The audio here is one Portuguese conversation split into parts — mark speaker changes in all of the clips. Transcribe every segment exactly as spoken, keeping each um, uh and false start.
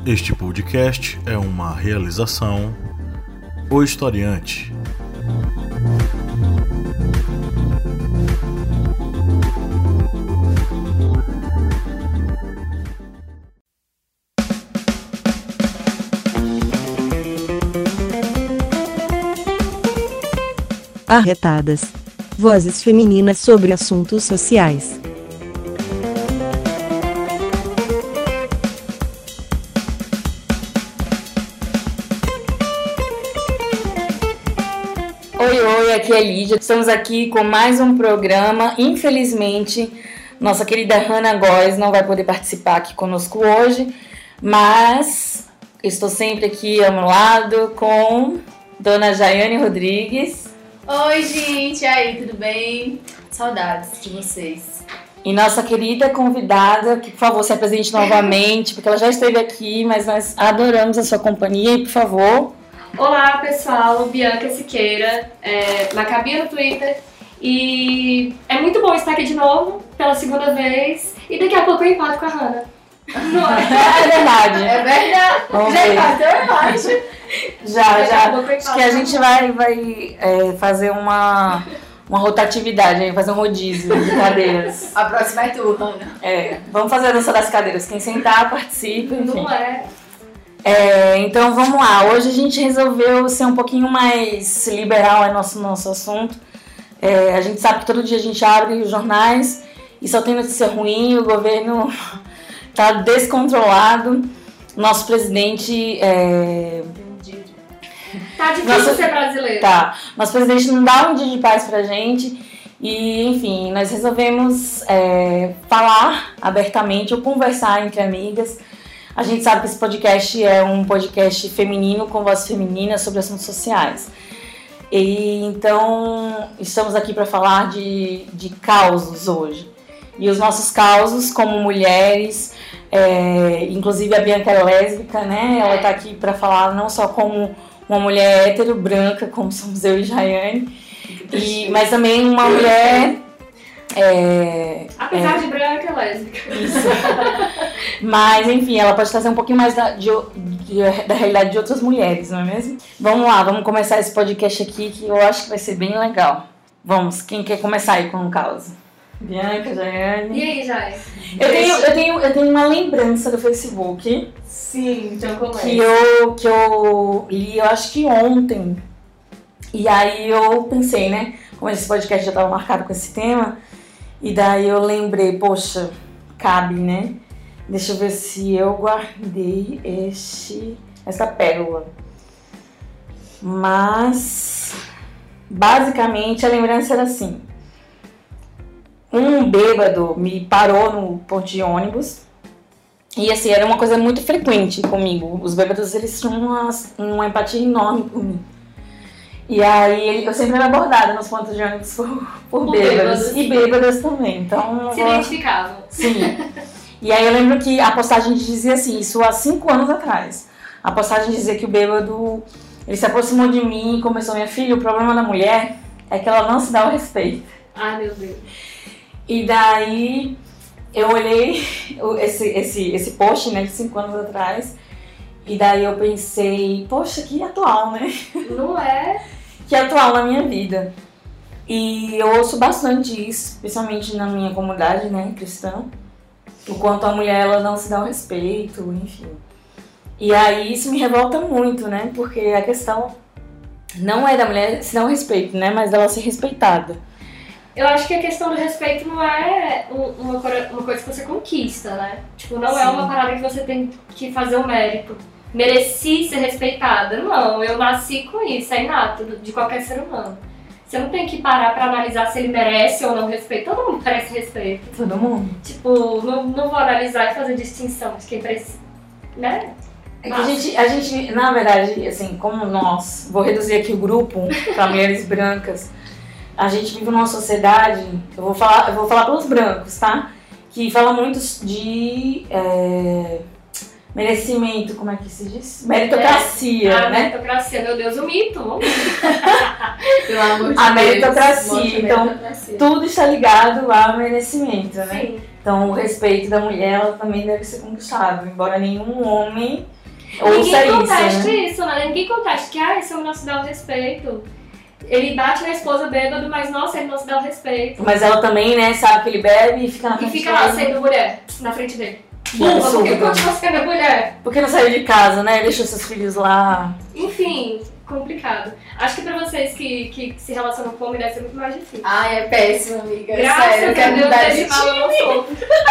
Speaker 1: Este podcast é uma realização O Historiante.
Speaker 2: Arretadas. Vozes femininas sobre assuntos sociais.
Speaker 3: Oi, oi, aqui é Lídia. Estamos aqui com mais um programa. Infelizmente, nossa querida Hannah Góes não vai poder participar aqui conosco hoje, mas estou sempre aqui ao meu lado com Dona Jaiane Rodrigues.
Speaker 4: Oi, gente, e aí, tudo bem? Saudades de vocês.
Speaker 3: E nossa querida convidada, que por favor se apresente novamente, porque ela já esteve aqui, mas nós adoramos a sua companhia, e por favor...
Speaker 5: Olá, pessoal, Bianca Siqueira, é, Macabia no Twitter, e é muito bom estar aqui de novo, pela segunda vez, e daqui a pouco eu empato com a Hannah.
Speaker 3: Não é? É verdade.
Speaker 4: É verdade.
Speaker 3: Vamos
Speaker 4: já
Speaker 3: ver.
Speaker 4: empatou, eu acho.
Speaker 3: Já, já. Acho que a gente vai, vai é, fazer uma, uma rotatividade, aí, fazer um rodízio de cadeiras.
Speaker 4: A próxima é tu, Hannah.
Speaker 3: É, vamos fazer a dança das cadeiras. Quem sentar, participa, enfim.
Speaker 5: Não é?
Speaker 3: É, então vamos lá. Hoje a gente resolveu ser um pouquinho mais liberal é nosso, nosso assunto. É, a gente sabe que todo dia a gente abre os jornais e só tem notícia ruim, o governo tá descontrolado. Nosso presidente... É...
Speaker 5: Tá difícil
Speaker 3: Nossa,
Speaker 5: ser brasileiro.
Speaker 3: Tá. Nosso presidente não dá um dia de paz pra gente. E, enfim, nós resolvemos é, falar abertamente ou conversar entre amigas. A gente sabe que esse podcast é um podcast feminino, com voz feminina, sobre assuntos sociais. E, então, estamos aqui para falar de, de causos hoje. E os nossos causos como mulheres, é, inclusive a Bianca é lésbica, né? Ela tá aqui para falar não só como uma mulher hétero, branca, como somos eu e Jaiane, e, mas também uma mulher... É,
Speaker 5: Apesar
Speaker 3: é,
Speaker 5: de branca, é lésbica.
Speaker 3: Isso. Mas, enfim, ela pode trazer um pouquinho mais da, de, de, da realidade de outras mulheres, não é mesmo? Vamos lá, vamos começar esse podcast aqui, que eu acho que vai ser bem legal. Vamos, quem quer começar aí com o caso? Bianca, Jaiane.
Speaker 5: E aí, Jai?
Speaker 3: Eu tenho, eu, tenho, eu tenho uma lembrança do Facebook.
Speaker 4: Sim, então começa.
Speaker 3: Que eu, que eu li, eu acho que ontem. E aí eu pensei, né? Como esse podcast já estava marcado com esse tema. E daí eu lembrei, poxa, cabe, né? Deixa eu ver se eu guardei este, essa pérola. Mas, basicamente, a lembrança era assim. Um bêbado me parou no ponto de ônibus. E assim, era uma coisa muito frequente comigo. Os bêbados, eles tinham uma, uma empatia enorme comigo. E aí, eu sempre era abordada nos pontos de ônibus por, por, por bêbados. bêbados. E bêbadas também, então...
Speaker 5: Se identificavam.
Speaker 3: Sim. E aí eu lembro que a postagem dizia assim, isso há cinco anos atrás. A postagem dizia que o bêbado, ele se aproximou de mim e começou, minha filha, o problema da mulher é que ela não se dá o respeito.
Speaker 5: Ai, meu Deus.
Speaker 3: E daí, eu olhei esse, esse, esse post, né, de cinco anos atrás, e daí eu pensei, poxa, que atual, né?
Speaker 5: Não é?
Speaker 3: Que é atual na minha vida. E eu ouço bastante isso, especialmente na minha comunidade, né, cristã, o quanto a mulher ela não se dá o respeito, enfim. E aí isso me revolta muito, né, porque a questão não é da mulher se dar o respeito, né, mas dela ser respeitada.
Speaker 5: Eu acho que a questão do respeito não é uma, uma coisa que você conquista, né? Tipo, não Sim. é uma parada que você tem que fazer o mérito. Mereci ser respeitada. Não, eu nasci com isso, é inato de qualquer ser humano. Você não tem que parar pra analisar se ele merece ou não respeito. Todo mundo merece respeito.
Speaker 3: Todo mundo.
Speaker 5: Tipo, não, não vou analisar e fazer distinção de quem precisa, né?
Speaker 3: É que a gente, a gente, na verdade, assim, como nós, vou reduzir aqui o grupo pra mulheres brancas, a gente vive numa sociedade, eu vou falar, eu vou falar pelos brancos, tá? Que fala muito de... É, merecimento, como é que se diz? Meritocracia,
Speaker 5: é,
Speaker 3: né?
Speaker 5: Meritocracia, meu Deus, o mito.
Speaker 4: Pelo amor de
Speaker 3: a
Speaker 4: Deus.
Speaker 3: Meritocracia. Então,
Speaker 4: meritocracia.
Speaker 3: Tudo está ligado ao merecimento, né?
Speaker 5: Sim.
Speaker 3: Então, o respeito da mulher ela também deve ser conquistado, embora nenhum homem Ouça
Speaker 5: Ninguém
Speaker 3: isso,
Speaker 5: contesta
Speaker 3: né?
Speaker 5: isso, né? Ninguém contesta que, ah, esse homem não se dá o respeito. Ele bate na esposa bêbado, mas nossa, ele não se dá o respeito.
Speaker 3: Mas ela também, né, sabe que ele bebe e fica na
Speaker 5: E
Speaker 3: frente
Speaker 5: fica lá
Speaker 3: dele.
Speaker 5: sendo mulher, na frente dele.
Speaker 3: Que
Speaker 5: Burra,
Speaker 3: absurdo.
Speaker 5: porque continua sendo mulher.
Speaker 3: Porque não saiu de casa, né? Deixou seus filhos lá.
Speaker 5: Enfim, complicado. Acho que pra vocês que, que se relacionam com homem deve ser muito mais difícil.
Speaker 4: Ai, é péssimo, amiga.
Speaker 5: Graças
Speaker 4: Sério, eu
Speaker 5: a
Speaker 4: quero
Speaker 5: Deus,
Speaker 4: mudar de
Speaker 5: desse mal eu
Speaker 4: time.
Speaker 5: não sou.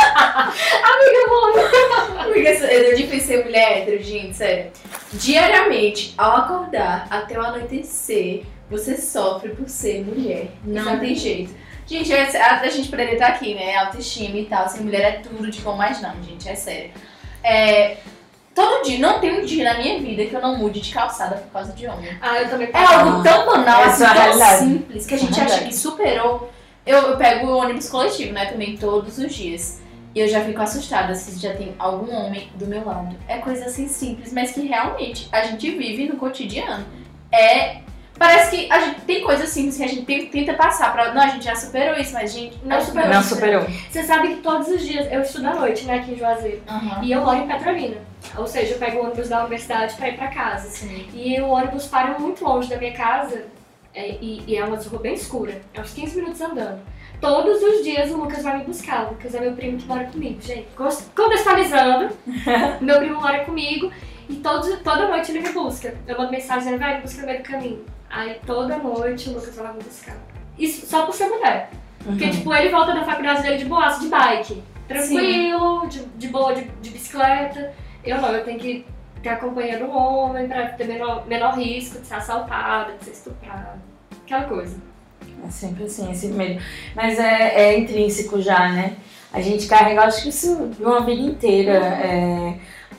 Speaker 5: Amiga, bom.
Speaker 4: Amiga, é difícil ser mulher hétero, gente, sério. Diariamente, ao acordar até o anoitecer, você sofre por ser mulher. Não
Speaker 5: Exatamente.
Speaker 4: tem jeito. Gente, é- a, a gente poderia estar aqui, né? Autoestima e tal. Ser mulher é tudo de bom, mas não, gente, é sério. É, todo dia, não tem um dia na minha vida que eu não mude de calçada por causa de homem.
Speaker 5: Ah, eu também
Speaker 4: É algo tão banal,
Speaker 3: Essa
Speaker 4: assim,
Speaker 3: é a
Speaker 4: tão
Speaker 3: realidade.
Speaker 4: simples, que a gente
Speaker 3: Essa é a
Speaker 4: acha
Speaker 3: realidade.
Speaker 4: que superou. Eu, eu pego o ônibus coletivo, né, também todos os dias. E eu já fico assustada se já tem algum homem do meu lado. É coisa assim simples, mas que realmente a gente vive no cotidiano. É... Parece que a gente tem coisas simples que a gente tem- tenta passar pra... Não, a gente já superou isso, mas gente...
Speaker 5: Não
Speaker 4: a gente
Speaker 5: superou.
Speaker 3: Não superou.
Speaker 5: Você sabe que todos os dias eu estudo à noite, né, aqui em Juazeiro.
Speaker 4: Aham.
Speaker 5: E eu moro em Petrolina. Ou seja, eu pego o ônibus da universidade pra ir pra casa.
Speaker 4: Sim.
Speaker 5: E o ônibus para muito longe da minha casa. é, e, e é uma rua bem escura. É uns quinze minutos andando. Todos os dias o Lucas vai me buscar. O Lucas é meu primo que mora comigo, gente. Cons- Contextualizando, meu primo mora comigo. E todos, toda noite ele me busca. Eu mando mensagem dizendo, vai, me busca no meio do caminho. Aí toda noite o Lucas vai lá me buscar. Isso só por ser mulher. Porque,
Speaker 3: Uhum.
Speaker 5: tipo, ele volta da faculdade dele de boaço, de bike. Tranquilo, de, de boa, de, de bicicleta. Eu não, eu tenho que ter acompanhando um homem pra ter menor, menor risco de ser assaltada, de ser estuprada. Aquela coisa.
Speaker 3: É sempre assim, esse medo. Mas é, é intrínseco já, né? A gente carrega, acho que isso de uma vida inteira. É,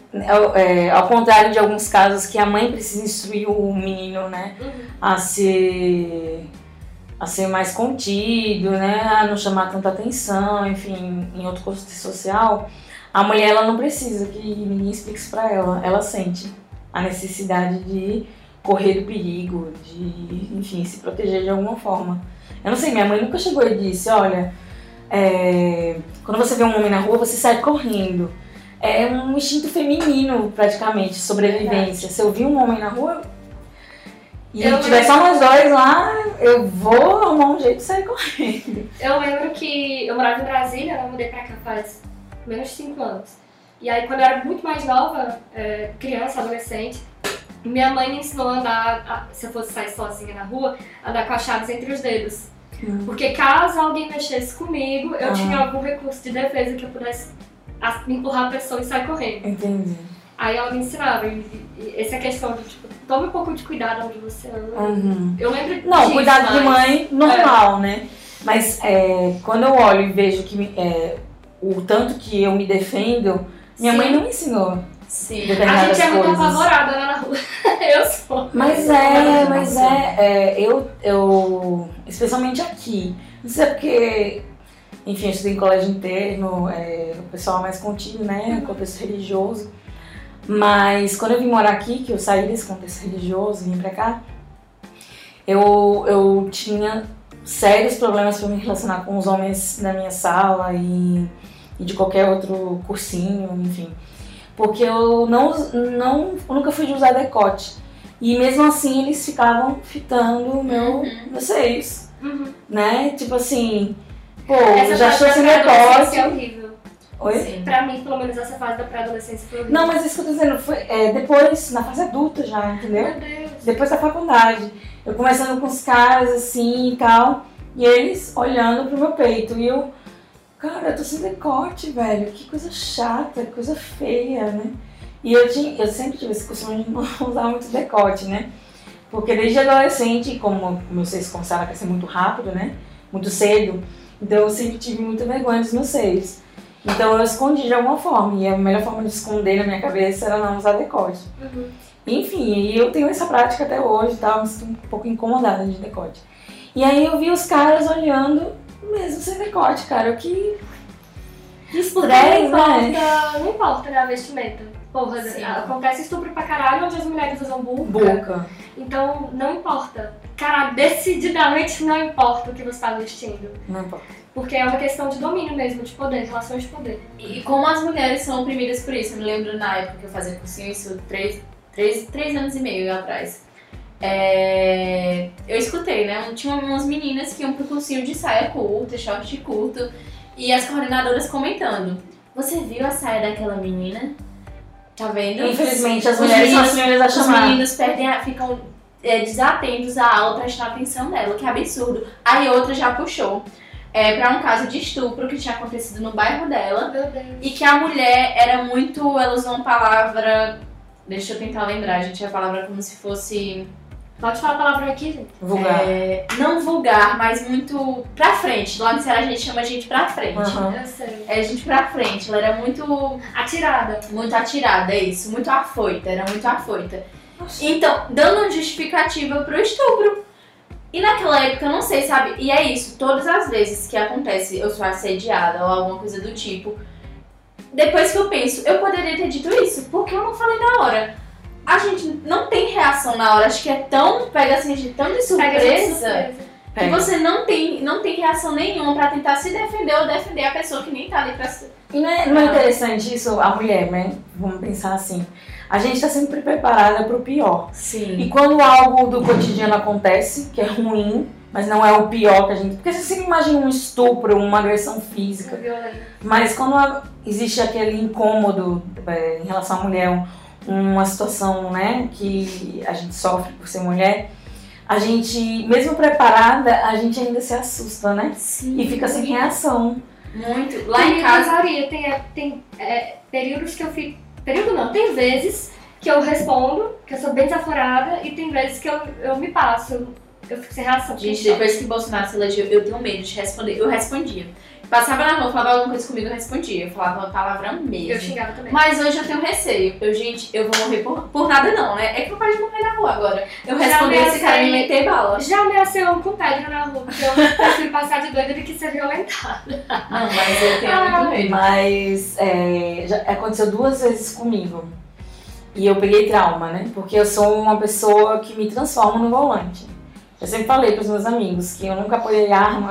Speaker 3: é, é, ao contrário de alguns casos que a mãe precisa instruir o menino, né? A ser, a ser mais contido, né? A não chamar tanta atenção, enfim, em outro contexto social. A mulher, ela não precisa que ninguém explique isso pra ela. Ela sente a necessidade de correr do perigo, de, enfim, se proteger de alguma forma. Eu não sei, minha mãe nunca chegou e disse, olha, é, quando você vê um homem na rua, você sai correndo. É um instinto feminino, praticamente, sobrevivência. Se eu vi um homem na rua e
Speaker 5: Eu
Speaker 3: tiver
Speaker 5: lembro-
Speaker 3: só nós dois lá, eu vou arrumar um jeito de sair correndo.
Speaker 5: Eu lembro que eu morava em Brasília, né? Eu mudei pra cá faz menos de cinco anos. E aí, quando eu era muito mais nova, é, criança, adolescente, minha mãe me ensinou a andar, a- se eu fosse sair sozinha na rua, andar com as chaves entre os dedos.
Speaker 3: Hum.
Speaker 5: Porque caso alguém mexesse comigo, eu
Speaker 3: Ah.
Speaker 5: tinha algum recurso de defesa que eu pudesse a- empurrar a pessoa e sair correndo.
Speaker 3: Entendi.
Speaker 5: Aí ela me ensinava, e, e essa é a questão de, tipo, tome um pouco de cuidado onde você anda.
Speaker 3: Uhum.
Speaker 5: Eu lembro
Speaker 3: Não,
Speaker 5: disso,
Speaker 3: cuidado de
Speaker 5: mas-
Speaker 3: mãe, normal, né? Mas é, quando eu olho e vejo que me- é, o tanto que eu me defendo, minha
Speaker 5: Sim.
Speaker 3: mãe não me ensinou
Speaker 4: Sim.
Speaker 5: A
Speaker 3: determinadas
Speaker 5: gente é muito
Speaker 3: coisas.
Speaker 5: apavorada, né, na rua. Eu sou.
Speaker 3: Mas é, mas é, é, eu, eu, especialmente aqui, não sei se é porque, enfim, eu estudei em colégio interno, é, o pessoal é mais contido, né, contexto religioso, mas quando eu vim morar aqui, que eu saí desse contexto religioso e vim pra cá, eu, eu tinha sérios problemas para me relacionar com os homens da minha sala e, e de qualquer outro cursinho, enfim. Porque eu não, não eu nunca fui de usar decote. E mesmo assim eles ficavam fitando o meu, meus seios,
Speaker 5: Uhum.
Speaker 3: né? Tipo assim, pô,
Speaker 5: Essa
Speaker 3: já
Speaker 5: fase
Speaker 3: estou
Speaker 5: da
Speaker 3: sem
Speaker 5: pré-adolescência é
Speaker 3: decote.
Speaker 5: horrível.
Speaker 3: Oi?
Speaker 4: Sim.
Speaker 5: Pra mim, pelo menos, essa fase da pré-adolescência foi horrível.
Speaker 3: Não, mas isso que eu tô dizendo, foi é, depois, na fase adulta já, entendeu?
Speaker 5: Meu Deus.
Speaker 3: Depois da faculdade. Eu conversando com os caras assim e tal, e eles olhando pro meu peito. E eu, cara, eu tô sem decote, velho. Que coisa chata, que coisa feia, né? E eu, tinha, eu sempre tive esse costume de não usar muito decote, né? Porque desde adolescente, como meus seios começaram a crescer muito rápido, né? Muito cedo, então eu sempre tive muita vergonha dos meus seios. Então eu escondi de alguma forma, e a melhor forma de esconder na minha cabeça era não usar decote.
Speaker 5: Uhum.
Speaker 3: Enfim, e eu tenho essa prática até hoje e tal, me sinto um pouco incomodada de decote. E aí eu vi os caras olhando, mesmo sem decote, cara, o que... Que
Speaker 5: Porque
Speaker 3: estresse,
Speaker 5: não
Speaker 3: né?
Speaker 5: importa, não importa, né, a vestimenta. Porra,
Speaker 4: Sim.
Speaker 5: acontece estupro pra caralho onde as mulheres usam burca.
Speaker 3: Boca.
Speaker 5: Então, não importa. cara, decididamente não importa o que você está vestindo.
Speaker 3: Não importa.
Speaker 5: Porque é uma questão de domínio mesmo, de poder, relações de poder.
Speaker 4: E como as mulheres são oprimidas por isso, eu me lembro na época que eu fazia cursinho, isso três, três, três anos e meio atrás. É... Eu escutei, né? Tinha umas meninas que iam pro cursinho de saia curta, short curto, e as coordenadoras comentando. Você viu a saia daquela menina? Tá vendo?
Speaker 3: Infelizmente, as
Speaker 4: Os
Speaker 3: mulheres são as
Speaker 4: meninos-
Speaker 3: primeiras a
Speaker 4: Os
Speaker 3: chamar.
Speaker 4: meninos perdem a- ficam é, desatentos a ela prestar atenção nela, que absurdo. Aí outra já puxou é, pra um caso de estupro que tinha acontecido no bairro dela.
Speaker 5: Meu Deus.
Speaker 4: E que a mulher era muito. Ela usou uma palavra. Deixa eu tentar lembrar, gente. A palavra como se fosse.
Speaker 5: Pode falar a palavra aqui, gente?
Speaker 3: Vulgar.
Speaker 4: é, não vulgar, mas muito pra frente. Lá no Ceará a gente chama gente pra frente.
Speaker 3: Aham.
Speaker 5: Eu sei.
Speaker 4: É gente pra frente. Ela era muito.
Speaker 5: Atirada.
Speaker 4: Muito atirada, é isso. Muito afoita. Era muito afoita. Então, dando uma justificativa pro estupro. E naquela época, eu não sei, sabe? E é isso. Todas as vezes que acontece eu sou assediada ou alguma coisa do tipo. Depois que eu penso, eu poderia ter dito isso. Porque eu não falei na hora. A gente não tem reação na hora, acho que é tão, pega assim, de tão de
Speaker 5: Pega a gente de
Speaker 4: surpresa,
Speaker 5: surpresa.
Speaker 4: que
Speaker 3: É.
Speaker 4: você não tem, não tem reação nenhuma pra tentar se defender ou defender a pessoa que nem tá ali pra se...
Speaker 3: E não é, não é interessante isso, a mulher, né? Vamos pensar assim. A gente tá sempre preparada pro pior.
Speaker 4: Sim.
Speaker 3: E quando algo do cotidiano acontece, que é ruim, mas não é o pior que a gente... Porque você sempre imagina um estupro, uma agressão física.
Speaker 5: Violenta.
Speaker 3: Mas quando a- existe aquele incômodo é, em relação à mulher, um- uma situação, né, que a gente sofre por ser mulher, a gente, mesmo preparada, a gente ainda se assusta, né?
Speaker 4: Sim.
Speaker 3: E fica sem reação.
Speaker 4: Muito. Lá
Speaker 5: Tem
Speaker 4: em casa...
Speaker 5: casaria, tem, é, tem é, períodos que eu fico... Período não, tem vezes que eu respondo, que eu sou bem desaforada, e tem vezes que eu, eu me passo, eu, eu fico sem reação.
Speaker 4: Gente,
Speaker 5: fico em
Speaker 4: depois que Bolsonaro se elegeu, eu tenho medo de responder. Eu respondia. Passava na rua, falava alguma coisa comigo, eu respondia. Eu falava uma palavra
Speaker 5: choque.
Speaker 4: mesmo.
Speaker 5: Eu xingava também.
Speaker 4: Mas hoje eu tenho receio. Eu, gente, eu vou morrer por, por nada não, né? É que eu pode morrer na rua agora. Eu
Speaker 5: Já
Speaker 4: responder esse cara me
Speaker 5: ameacei-
Speaker 4: meter bala.
Speaker 5: Já ameacei um com pedra na rua, porque eu prefiro passar de doida do que ser violentada.
Speaker 4: Não, mas eu tenho
Speaker 5: Ah,
Speaker 4: muito medo.
Speaker 3: Mas é, já aconteceu duas vezes comigo. E eu peguei trauma, né? Porque eu sou uma pessoa que me transforma no volante. Eu sempre falei para os meus amigos que eu nunca apoiei arma,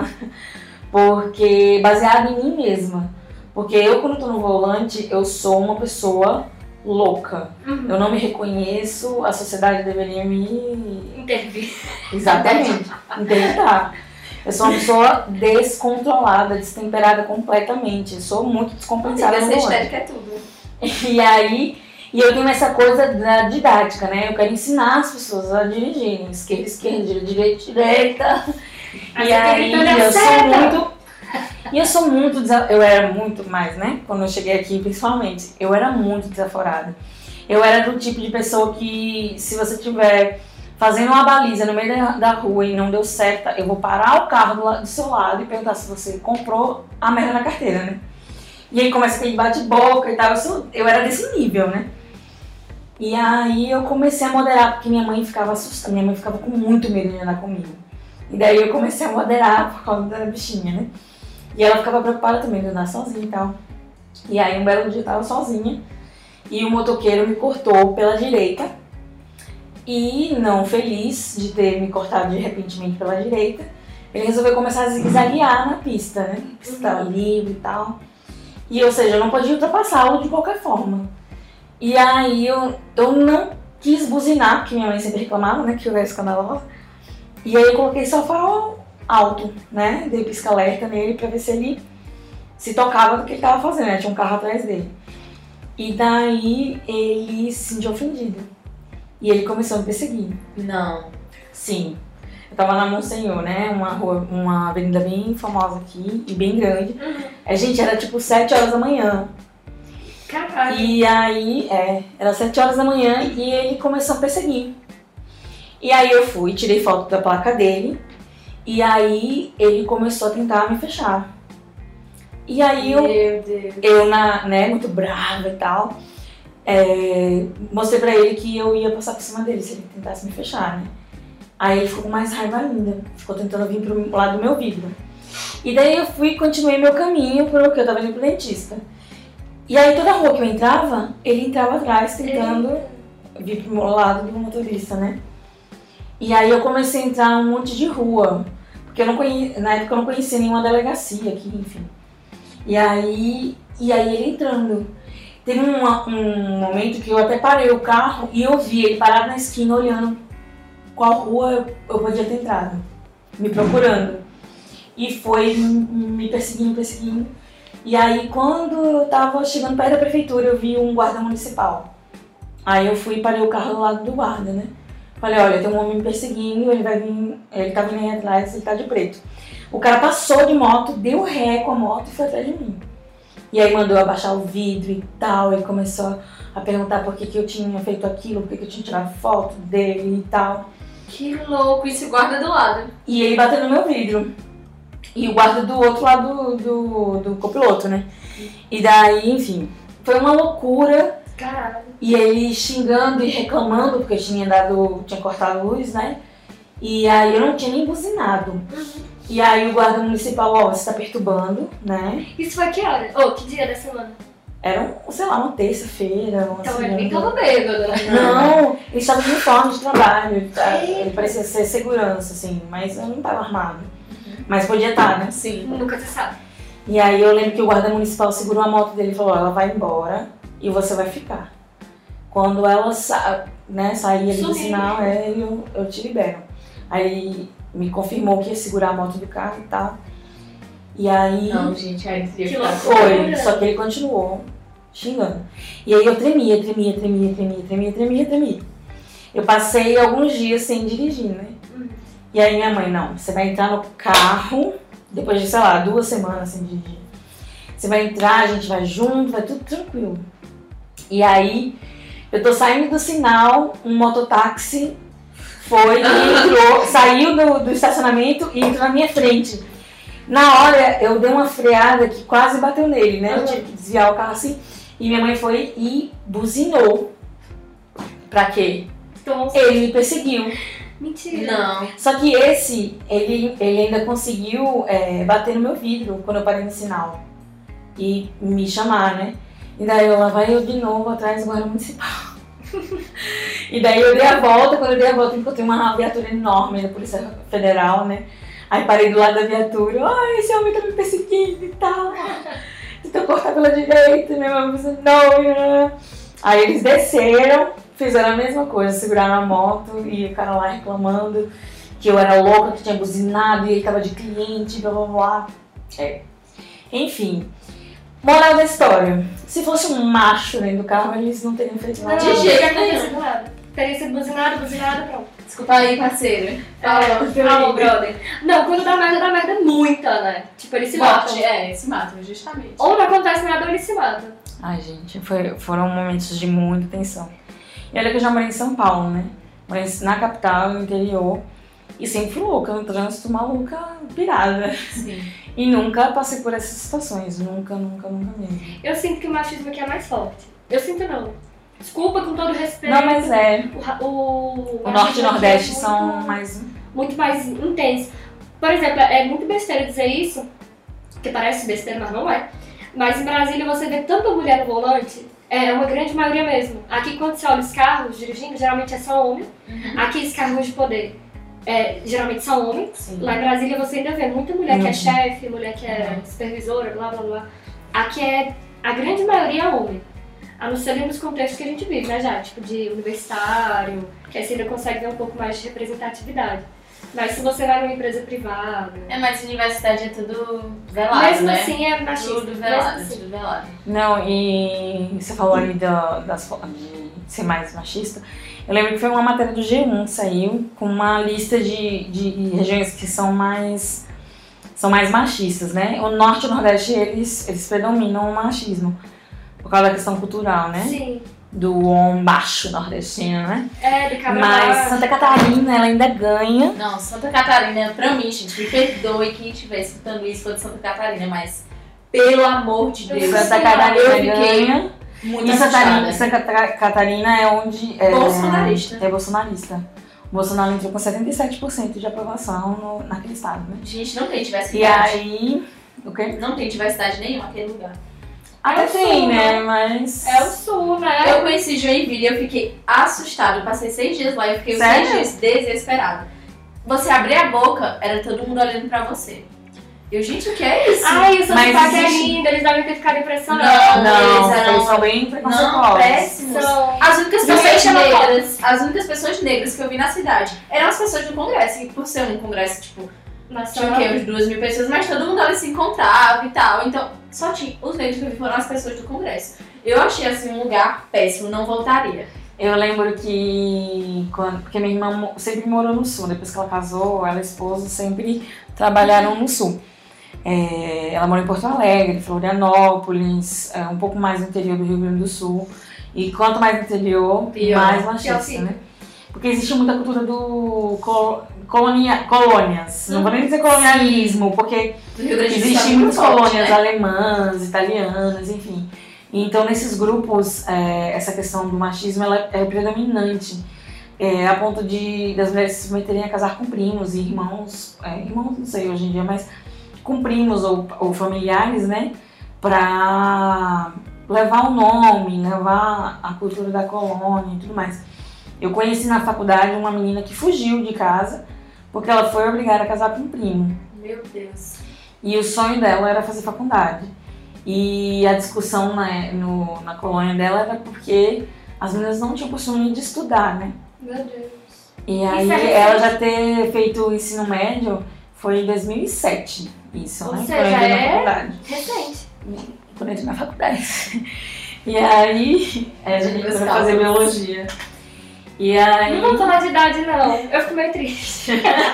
Speaker 3: porque baseado em mim mesma. Porque eu, quando tô no volante, eu sou uma pessoa louca.
Speaker 5: Uhum.
Speaker 3: Eu não me reconheço, a sociedade deveria me...
Speaker 5: Intervir.
Speaker 3: Exatamente, interditar. Eu sou uma pessoa descontrolada, destemperada completamente. Eu sou muito descompensada no
Speaker 4: Essa
Speaker 3: volante.
Speaker 4: estética é tudo.
Speaker 3: E aí, e eu tenho essa coisa da didática, né? Eu quero ensinar as pessoas a dirigirem. Esquerda, esquerda, direita, direita.
Speaker 5: Aí
Speaker 3: E
Speaker 5: você
Speaker 3: aí,
Speaker 5: tem que
Speaker 3: eu sou
Speaker 5: certa.
Speaker 3: muito... E eu sou muito... desa- Eu era muito mais, né? Quando eu cheguei aqui, principalmente. Eu era muito desaforada. Eu era do tipo de pessoa que, se você tiver fazendo uma baliza no meio da, da rua e não deu certo, eu vou parar o carro do, la- do seu lado e perguntar se você comprou a merda na carteira, né? E aí começa aquele bate-boca e tal. Eu, sou, eu era desse nível, né? E aí eu comecei a moderar, porque minha mãe ficava assustada. Minha mãe ficava com muito medo de andar comigo. E daí eu comecei a moderar por causa da bichinha, né? E ela ficava preocupada também de andar sozinha e tal. E aí um belo dia eu tava sozinha e o motoqueiro me cortou pela direita. E não feliz de ter me cortado de repentemente pela direita, ele resolveu começar a zigue-zaguear na pista, né? A pista estava livre e tal. E, ou seja, eu não podia ultrapassá-lo de qualquer forma. E aí eu, eu não quis buzinar, porque minha mãe sempre reclamava, né, que eu era escandalosa. E aí eu coloquei só o farol alto, né? Dei pisca-alerta nele pra ver se ele se tocava do que ele tava fazendo, né? Tinha um carro atrás dele. E daí ele se sentiu ofendido. E ele começou a me perseguir.
Speaker 4: Não.
Speaker 3: Sim. Eu tava na Monsenhor, né? Uma rua, uma avenida bem famosa aqui e bem grande.
Speaker 5: Uhum.
Speaker 3: A gente era tipo sete horas da manhã.
Speaker 5: Caralho.
Speaker 3: E aí, é, era sete horas da manhã e ele começou a perseguir. E aí eu fui, tirei foto da placa dele. E aí ele começou a tentar me fechar. E aí eu,
Speaker 4: Meu Deus.
Speaker 3: eu na, né, muito brava e tal, é, mostrei pra ele que eu ia passar por cima dele se ele tentasse me fechar, né? Aí ele ficou com mais raiva ainda, ficou tentando vir pro lado do meu vidro. E daí eu fui e continuei meu caminho pro que eu tava indo pro dentista. E aí toda rua que eu entrava, ele entrava atrás tentando vir pro lado do motorista, né? E aí eu comecei a entrar num monte de rua, porque eu não conhecia, na época eu não conhecia nenhuma delegacia aqui, enfim. E aí, e aí ele entrando. Teve uma, um momento que eu até parei o carro e eu vi ele parado na esquina olhando qual rua eu, eu podia ter entrado, me procurando. E foi me perseguindo, perseguindo. E aí quando eu tava chegando perto da prefeitura, eu vi um guarda municipal. Aí eu fui e parei o carro do lado do guarda, né? Falei, olha, tem um homem me perseguindo, ele vai vir, ele tá vindo aí atrás, ele tá de preto. O cara passou de moto, deu ré com a moto e foi atrás de mim. E aí mandou abaixar o vidro e tal, e começou a perguntar por que, que eu tinha feito aquilo, por que, que eu tinha tirado foto dele e tal.
Speaker 4: Que louco, isso guarda do lado.
Speaker 3: E ele bateu no meu vidro. E o guarda do outro lado do, do, do copiloto, né? E daí, enfim, foi uma loucura.
Speaker 5: Caralho.
Speaker 3: E ele xingando e reclamando, porque tinha dado, tinha cortado a luz, né? E aí eu não tinha nem buzinado.
Speaker 5: Uhum.
Speaker 3: E aí o guarda municipal, ó, você tá perturbando, né?
Speaker 5: Isso foi que hora? Ô, oh, que dia da semana?
Speaker 3: Era, um, sei lá, uma terça-feira, uma
Speaker 5: Então
Speaker 3: segunda.
Speaker 5: ele nem tava bêbado, né?
Speaker 3: Não, ele estava de uniforme de trabalho, ele, tá, ele parecia ser segurança, assim, mas eu não tava armado. Uhum. Mas podia estar, né?
Speaker 4: Sim.
Speaker 5: Nunca se sabe.
Speaker 3: E aí eu lembro que o guarda municipal segurou a moto dele e falou, ela vai embora e você vai ficar. Quando ela sa né, sair ali do sinal, é, eu, eu te libero. Aí me confirmou que ia segurar a moto do carro e tal. E aí...
Speaker 4: Não, gente, aí
Speaker 5: Que
Speaker 4: que
Speaker 3: foi, só que ele continuou xingando. E aí eu tremia, tremia, tremia, tremia, tremia, tremia, tremia. Eu passei alguns dias sem dirigir, né? Uhum. E aí minha mãe, não, você vai entrar no carro, depois de, sei lá, duas semanas sem dirigir. Você vai entrar, a gente vai junto, vai tudo tranquilo. E aí, eu tô saindo do sinal, um mototáxi foi e entrou, saiu do, do estacionamento e entrou na minha frente. Na hora, eu dei uma freada que quase bateu nele, né? Eu tive que desviar o carro assim. E minha mãe foi e buzinou. Pra quê?
Speaker 5: Então,
Speaker 3: ele me perseguiu.
Speaker 5: Mentira.
Speaker 4: Não.
Speaker 3: Só que esse, ele, ele ainda conseguiu é, bater no meu vidro quando eu parei no sinal. E me chamar, né? E daí eu lá vai eu de novo atrás do guarda municipal. E daí eu dei a volta, quando eu dei a volta eu encontrei uma viatura enorme da Polícia Federal, né? Aí parei do lado da viatura, ai, esse homem tá me perseguindo e tal. Então cortar pela direita, minha mãe disse, não. Aí eles desceram, fizeram a mesma coisa, seguraram a moto e o cara lá reclamando que eu era louca, que tinha buzinado e ele tava de cliente, blá blá blá. É. Enfim. Moral da história, se fosse um macho dentro do carro, eles não teriam feito nada.
Speaker 5: Não,
Speaker 4: De jeito
Speaker 5: não teria
Speaker 4: nenhum.
Speaker 5: sido nada. Teria sido buzinado, buzinado, pronto.
Speaker 4: Desculpa aí, parceiro. Fala,
Speaker 5: É, fala, brother. Não, quando dá merda, dá merda muita, né? Tipo, eles se matam.
Speaker 4: Morte, é, se matam, justamente.
Speaker 5: Ou não acontece nada ou eles se matam.
Speaker 3: Ai, gente, foi, foram momentos de muita tensão. E olha que eu já morei em São Paulo, né? Morei na capital, no interior. E sempre fui louca, no trânsito, maluca, pirada.
Speaker 4: Sim.
Speaker 3: E nunca passei por essas situações. Nunca, nunca, nunca mesmo.
Speaker 5: Eu sinto que o machismo aqui é mais forte. Eu sinto não. Desculpa, com todo respeito.
Speaker 3: Não, mas é.
Speaker 5: O, ra- o,
Speaker 3: O Norte e
Speaker 5: machismo
Speaker 3: Nordeste
Speaker 5: aqui é
Speaker 3: são
Speaker 5: muito-
Speaker 3: mais...
Speaker 5: muito mais intenso. Por exemplo, é muito besteira dizer isso, que parece besteira, mas não é. Mas em Brasília você vê tanta mulher no volante, é uma grande maioria mesmo. Aqui quando você olha os carros dirigindo, geralmente é só homem.
Speaker 4: Uhum.
Speaker 5: Aqui os carros de poder, é, geralmente são homens.
Speaker 3: Sim.
Speaker 5: Lá em Brasília você ainda vê muita mulher que é
Speaker 3: Uhum.
Speaker 5: chefe, mulher que é supervisora, blá blá blá. Aqui é, a grande maioria é homem. A não ser ali nos contextos que a gente vive, né, já? Tipo de universitário, que aí você ainda consegue ver um pouco mais de representatividade. Mas se você vai numa empresa privada...
Speaker 4: É, mas universidade é tudo velado,
Speaker 5: mesmo
Speaker 4: né?
Speaker 5: assim é machista.
Speaker 4: Tudo
Speaker 5: mesmo
Speaker 4: velado,
Speaker 5: assim.
Speaker 4: tudo velado.
Speaker 3: Não, e você falou ali da, das, fo- de ser mais machista. Eu lembro que foi uma matéria do G um, saiu com uma lista de, de regiões que são mais, são mais machistas, né? O Norte e o Nordeste, eles, eles predominam o machismo, por causa da questão cultural, né?
Speaker 5: Sim.
Speaker 3: Do homem baixo nordestino, né?
Speaker 5: É, de cabra
Speaker 3: Mas
Speaker 5: baixo.
Speaker 3: Santa Catarina, ela ainda ganha.
Speaker 4: Não, Santa Catarina, pra mim, gente, me perdoe quem estiver escutando isso for de Santa Catarina, mas pelo amor de Deus,
Speaker 3: Santa
Speaker 4: eu
Speaker 3: Catarina
Speaker 4: fiquei
Speaker 3: ganha.
Speaker 4: muito
Speaker 3: E Santa,
Speaker 4: assustada.
Speaker 3: Santa Cata- Catarina é onde... É,
Speaker 4: Bolsonarista.
Speaker 3: É bolsonarista. O Bolsonaro entrou com setenta e sete por cento de aprovação no, naquele estado, né?
Speaker 4: Gente, não tem
Speaker 3: E
Speaker 4: diversidade.
Speaker 3: aí... O quê?
Speaker 4: Não tem diversidade nenhuma naquele lugar.
Speaker 3: Até
Speaker 5: É o
Speaker 3: tem,
Speaker 5: sul,
Speaker 3: né?
Speaker 5: né?
Speaker 3: Mas.
Speaker 5: É o sul, né?
Speaker 4: Eu conheci Joinville e eu fiquei assustada. Eu passei seis dias lá e eu fiquei os
Speaker 3: Sério?
Speaker 4: seis dias desesperada. Você abrir a boca, era todo mundo olhando pra você. Eu, gente, o que é isso?
Speaker 5: Ai, o seu
Speaker 3: Mas
Speaker 5: sotaque é
Speaker 3: existe-
Speaker 5: lindo, eles devem ter ficado impressionados.
Speaker 3: Não,
Speaker 4: eles eram-
Speaker 3: eles são bem
Speaker 4: Não,
Speaker 3: preconceituosos.
Speaker 4: péssimos.
Speaker 5: São-
Speaker 4: As únicas
Speaker 5: Não
Speaker 4: pessoas
Speaker 5: chama
Speaker 4: negras, as únicas pessoas negras que eu vi na cidade eram as pessoas do congresso. E por ser um congresso, tipo, tinha
Speaker 5: Nacional.
Speaker 4: o quê? Uns duas mil pessoas, mas todo mundo ali se encontrava e tal. Então, só tinha os negros que eu vi foram as pessoas do congresso. Eu achei, assim, um lugar péssimo, não voltaria.
Speaker 3: Eu lembro que, quando, porque minha irmã mo- sempre morou no sul, depois que ela casou, ela e o esposo sempre trabalharam no sul. É, ela mora em Porto Alegre, Florianópolis, é, um pouco mais no interior do Rio Grande do Sul. E quanto mais no interior,
Speaker 4: Pior.
Speaker 3: mais
Speaker 5: Pior
Speaker 3: machista,
Speaker 5: fica.
Speaker 3: né? Porque existe muita cultura do col- colonia, colônias, não vou nem dizer colonialismo, porque
Speaker 4: Do Rio Grande do Sul é
Speaker 3: existem
Speaker 4: muito
Speaker 3: muitas
Speaker 4: forte,
Speaker 3: colônias
Speaker 4: né?
Speaker 3: alemãs, italianas, enfim. Então, nesses grupos, é, essa questão do machismo ela é predominante, é, a ponto de das mulheres se submeterem a casar com primos e irmãos, é, irmãos não sei hoje em dia, mas com primos ou, ou familiares, né, pra levar o nome, levar a cultura da colônia e tudo mais. Eu conheci na faculdade uma menina que fugiu de casa porque ela foi obrigada a casar com um primo.
Speaker 4: Meu Deus.
Speaker 3: E o sonho dela era fazer faculdade. E a discussão na, no, na colônia dela era porque as meninas não tinham costume de estudar, né?
Speaker 5: Meu Deus.
Speaker 3: E aí
Speaker 5: é
Speaker 3: ela já ter feito o ensino médio foi em dois mil e sete, isso,
Speaker 5: Ou
Speaker 3: né?
Speaker 5: seja,
Speaker 3: Quando eu entrei na
Speaker 5: é-
Speaker 3: faculdade.
Speaker 5: Recente.
Speaker 3: Quando eu entrei na faculdade. E aí é, a gente
Speaker 4: Meus
Speaker 3: foi fazer
Speaker 4: cálculos.
Speaker 3: biologia. E aí...
Speaker 5: Não vamos falar de idade, não. Eu fico meio triste.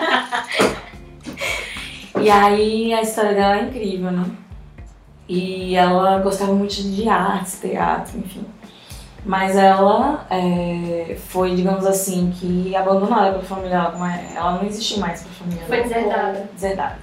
Speaker 3: E aí a história dela é incrível, né? E ela gostava muito de artes, teatro, enfim. Mas ela é, foi, digamos assim, que abandonada pela família. Ela não, é, ela não existe mais pra família.
Speaker 5: Foi
Speaker 3: né?
Speaker 5: deserdada.
Speaker 3: Deserdada.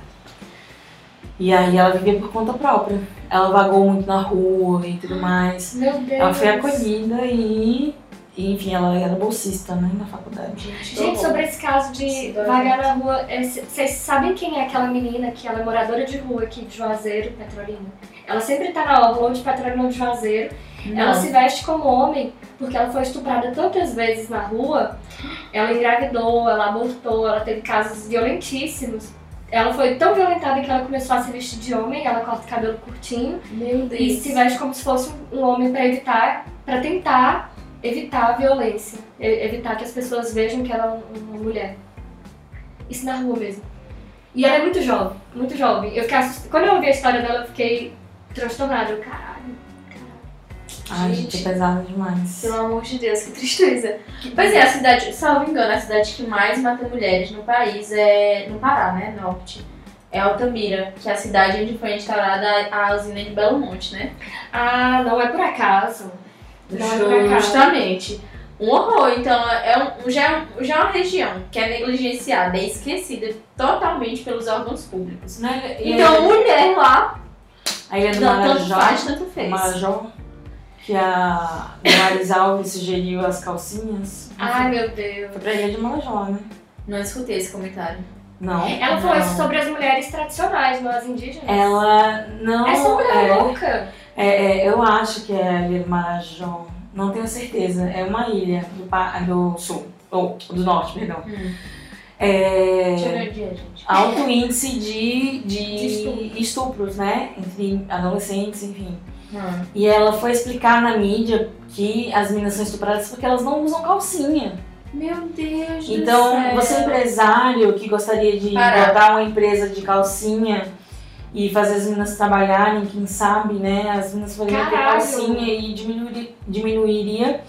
Speaker 3: E aí ela vivia por conta própria. Ela vagou muito na rua e tudo mais.
Speaker 5: Meu Deus.
Speaker 3: Ela foi acolhida e, e, enfim, ela era bolsista, né, na faculdade.
Speaker 5: Gente, sobre esse caso de
Speaker 4: Sim,
Speaker 5: vagar na rua, é, c- vocês sabem quem é aquela menina que ela é moradora de rua aqui de Juazeiro, Petrolina? Ela sempre tá na orla ou de Petrolina ou de Juazeiro. Ela se veste como homem porque ela foi estuprada tantas vezes na rua. Ela engravidou, ela abortou, ela teve casos violentíssimos. Ela foi tão violentada que ela começou a se vestir de homem, ela corta o cabelo curtinho
Speaker 4: Meu Deus.
Speaker 5: e se veste como se fosse um homem para evitar, para tentar evitar a violência, e- evitar que as pessoas vejam que ela é um- uma mulher. Isso na rua mesmo. E ela é muito jovem, muito jovem. Eu fiquei assust... Quando eu ouvi a história dela, eu fiquei transtornada. Eu, caralho.
Speaker 3: Ai, gente, é pesado demais.
Speaker 4: Pelo amor de Deus, que tristeza. Pois é, a cidade, salvo engano, a cidade que mais mata mulheres no país é no Pará, né, norte. É Altamira, que é a cidade onde foi instaurada a, a usina de Belo Monte, né?
Speaker 5: Ah, não é por acaso. Não é por acaso.
Speaker 4: Justamente. Um horror. Então, é um, já, é um- já é uma região que é negligenciada, é esquecida totalmente pelos órgãos públicos.
Speaker 3: Né? E
Speaker 4: Então, mulher lá,
Speaker 3: a Ilha do
Speaker 4: não, tanto
Speaker 3: Marajó,
Speaker 4: faz, tanto fez.
Speaker 3: Marajó, que a Damaris Alves sugeriu as calcinhas.
Speaker 5: Ai, meu Deus.
Speaker 3: Foi pra Ilha de Marajó, né?
Speaker 4: Não escutei esse comentário.
Speaker 3: Não.
Speaker 5: Ela falou
Speaker 3: não.
Speaker 5: isso sobre as mulheres tradicionais, não as indígenas.
Speaker 3: Ela não.
Speaker 5: Essa mulher
Speaker 3: é,
Speaker 5: louca.
Speaker 3: é, é, eu acho que é a Ilha do Marajó. Não tenho certeza. É uma ilha do, pa- do sul. Ou do norte, perdão.
Speaker 4: Hum.
Speaker 3: É,
Speaker 4: Deixa eu ver onde é, gente.
Speaker 3: alto índice de, de,
Speaker 5: De estupro.
Speaker 3: estupros, né? Entre adolescentes, enfim.
Speaker 4: Hum.
Speaker 3: E ela foi explicar na mídia que as meninas são estupradas porque elas não usam calcinha.
Speaker 4: Meu Deus do
Speaker 3: Então,
Speaker 4: céu.
Speaker 3: você é empresário que gostaria de
Speaker 4: Parar.
Speaker 3: botar uma empresa de calcinha e fazer as meninas trabalharem, quem sabe, né? As meninas poderiam ter
Speaker 5: Caralho.
Speaker 3: calcinha e diminuir, diminuiria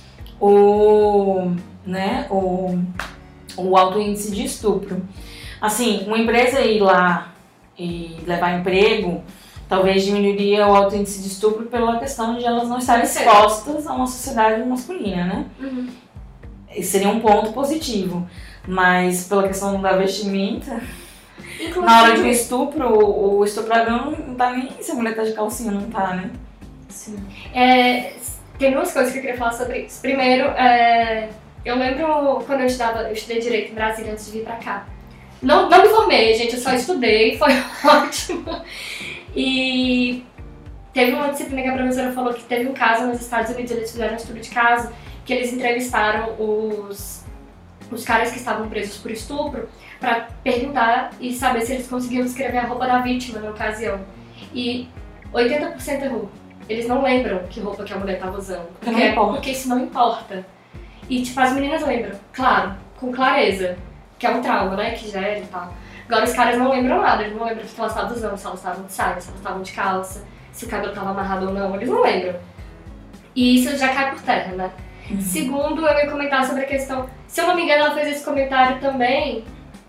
Speaker 3: o, né, o, o alto índice de estupro. Assim, uma empresa ir lá e levar emprego, talvez diminuiria o alto índice de estupro pela questão de elas não estarem
Speaker 5: Sim.
Speaker 3: expostas a uma sociedade masculina, né?
Speaker 5: Uhum.
Speaker 3: Esse seria um ponto positivo. Mas pela questão da vestimenta,
Speaker 5: Inclusive,
Speaker 3: na hora de um estupro, o o estuprador não tá nem se a mulher tá de calcinha, não tá, né?
Speaker 4: Sim.
Speaker 5: É, tem duas coisas que eu queria falar sobre isso. Primeiro, é, eu lembro quando eu estudava, eu estudei Direito em Brasília antes de vir pra cá. Não, não me formei, gente, eu só estudei, foi ótimo. E teve uma disciplina que a professora falou que teve um caso nos Estados Unidos, eles fizeram um estudo de caso, que eles entrevistaram os, os caras que estavam presos por estupro para perguntar e saber se eles conseguiam descrever a roupa da vítima na ocasião. E oitenta por cento errou. Eles não lembram que roupa que a mulher estava usando. Porque,
Speaker 3: Não importa.
Speaker 5: porque isso não importa. E tipo, as meninas lembram, claro, com clareza, que é um trauma, né, que gera e tal. Agora os caras não lembram nada, eles não lembram o que elas estavam usando, se elas estavam de saia, se elas estavam de calça, se o cabelo estava amarrado ou não, eles não lembram. E isso já cai por terra, né? Uhum. Segundo, eu ia comentar sobre a questão, se eu não me engano, ela fez esse comentário também.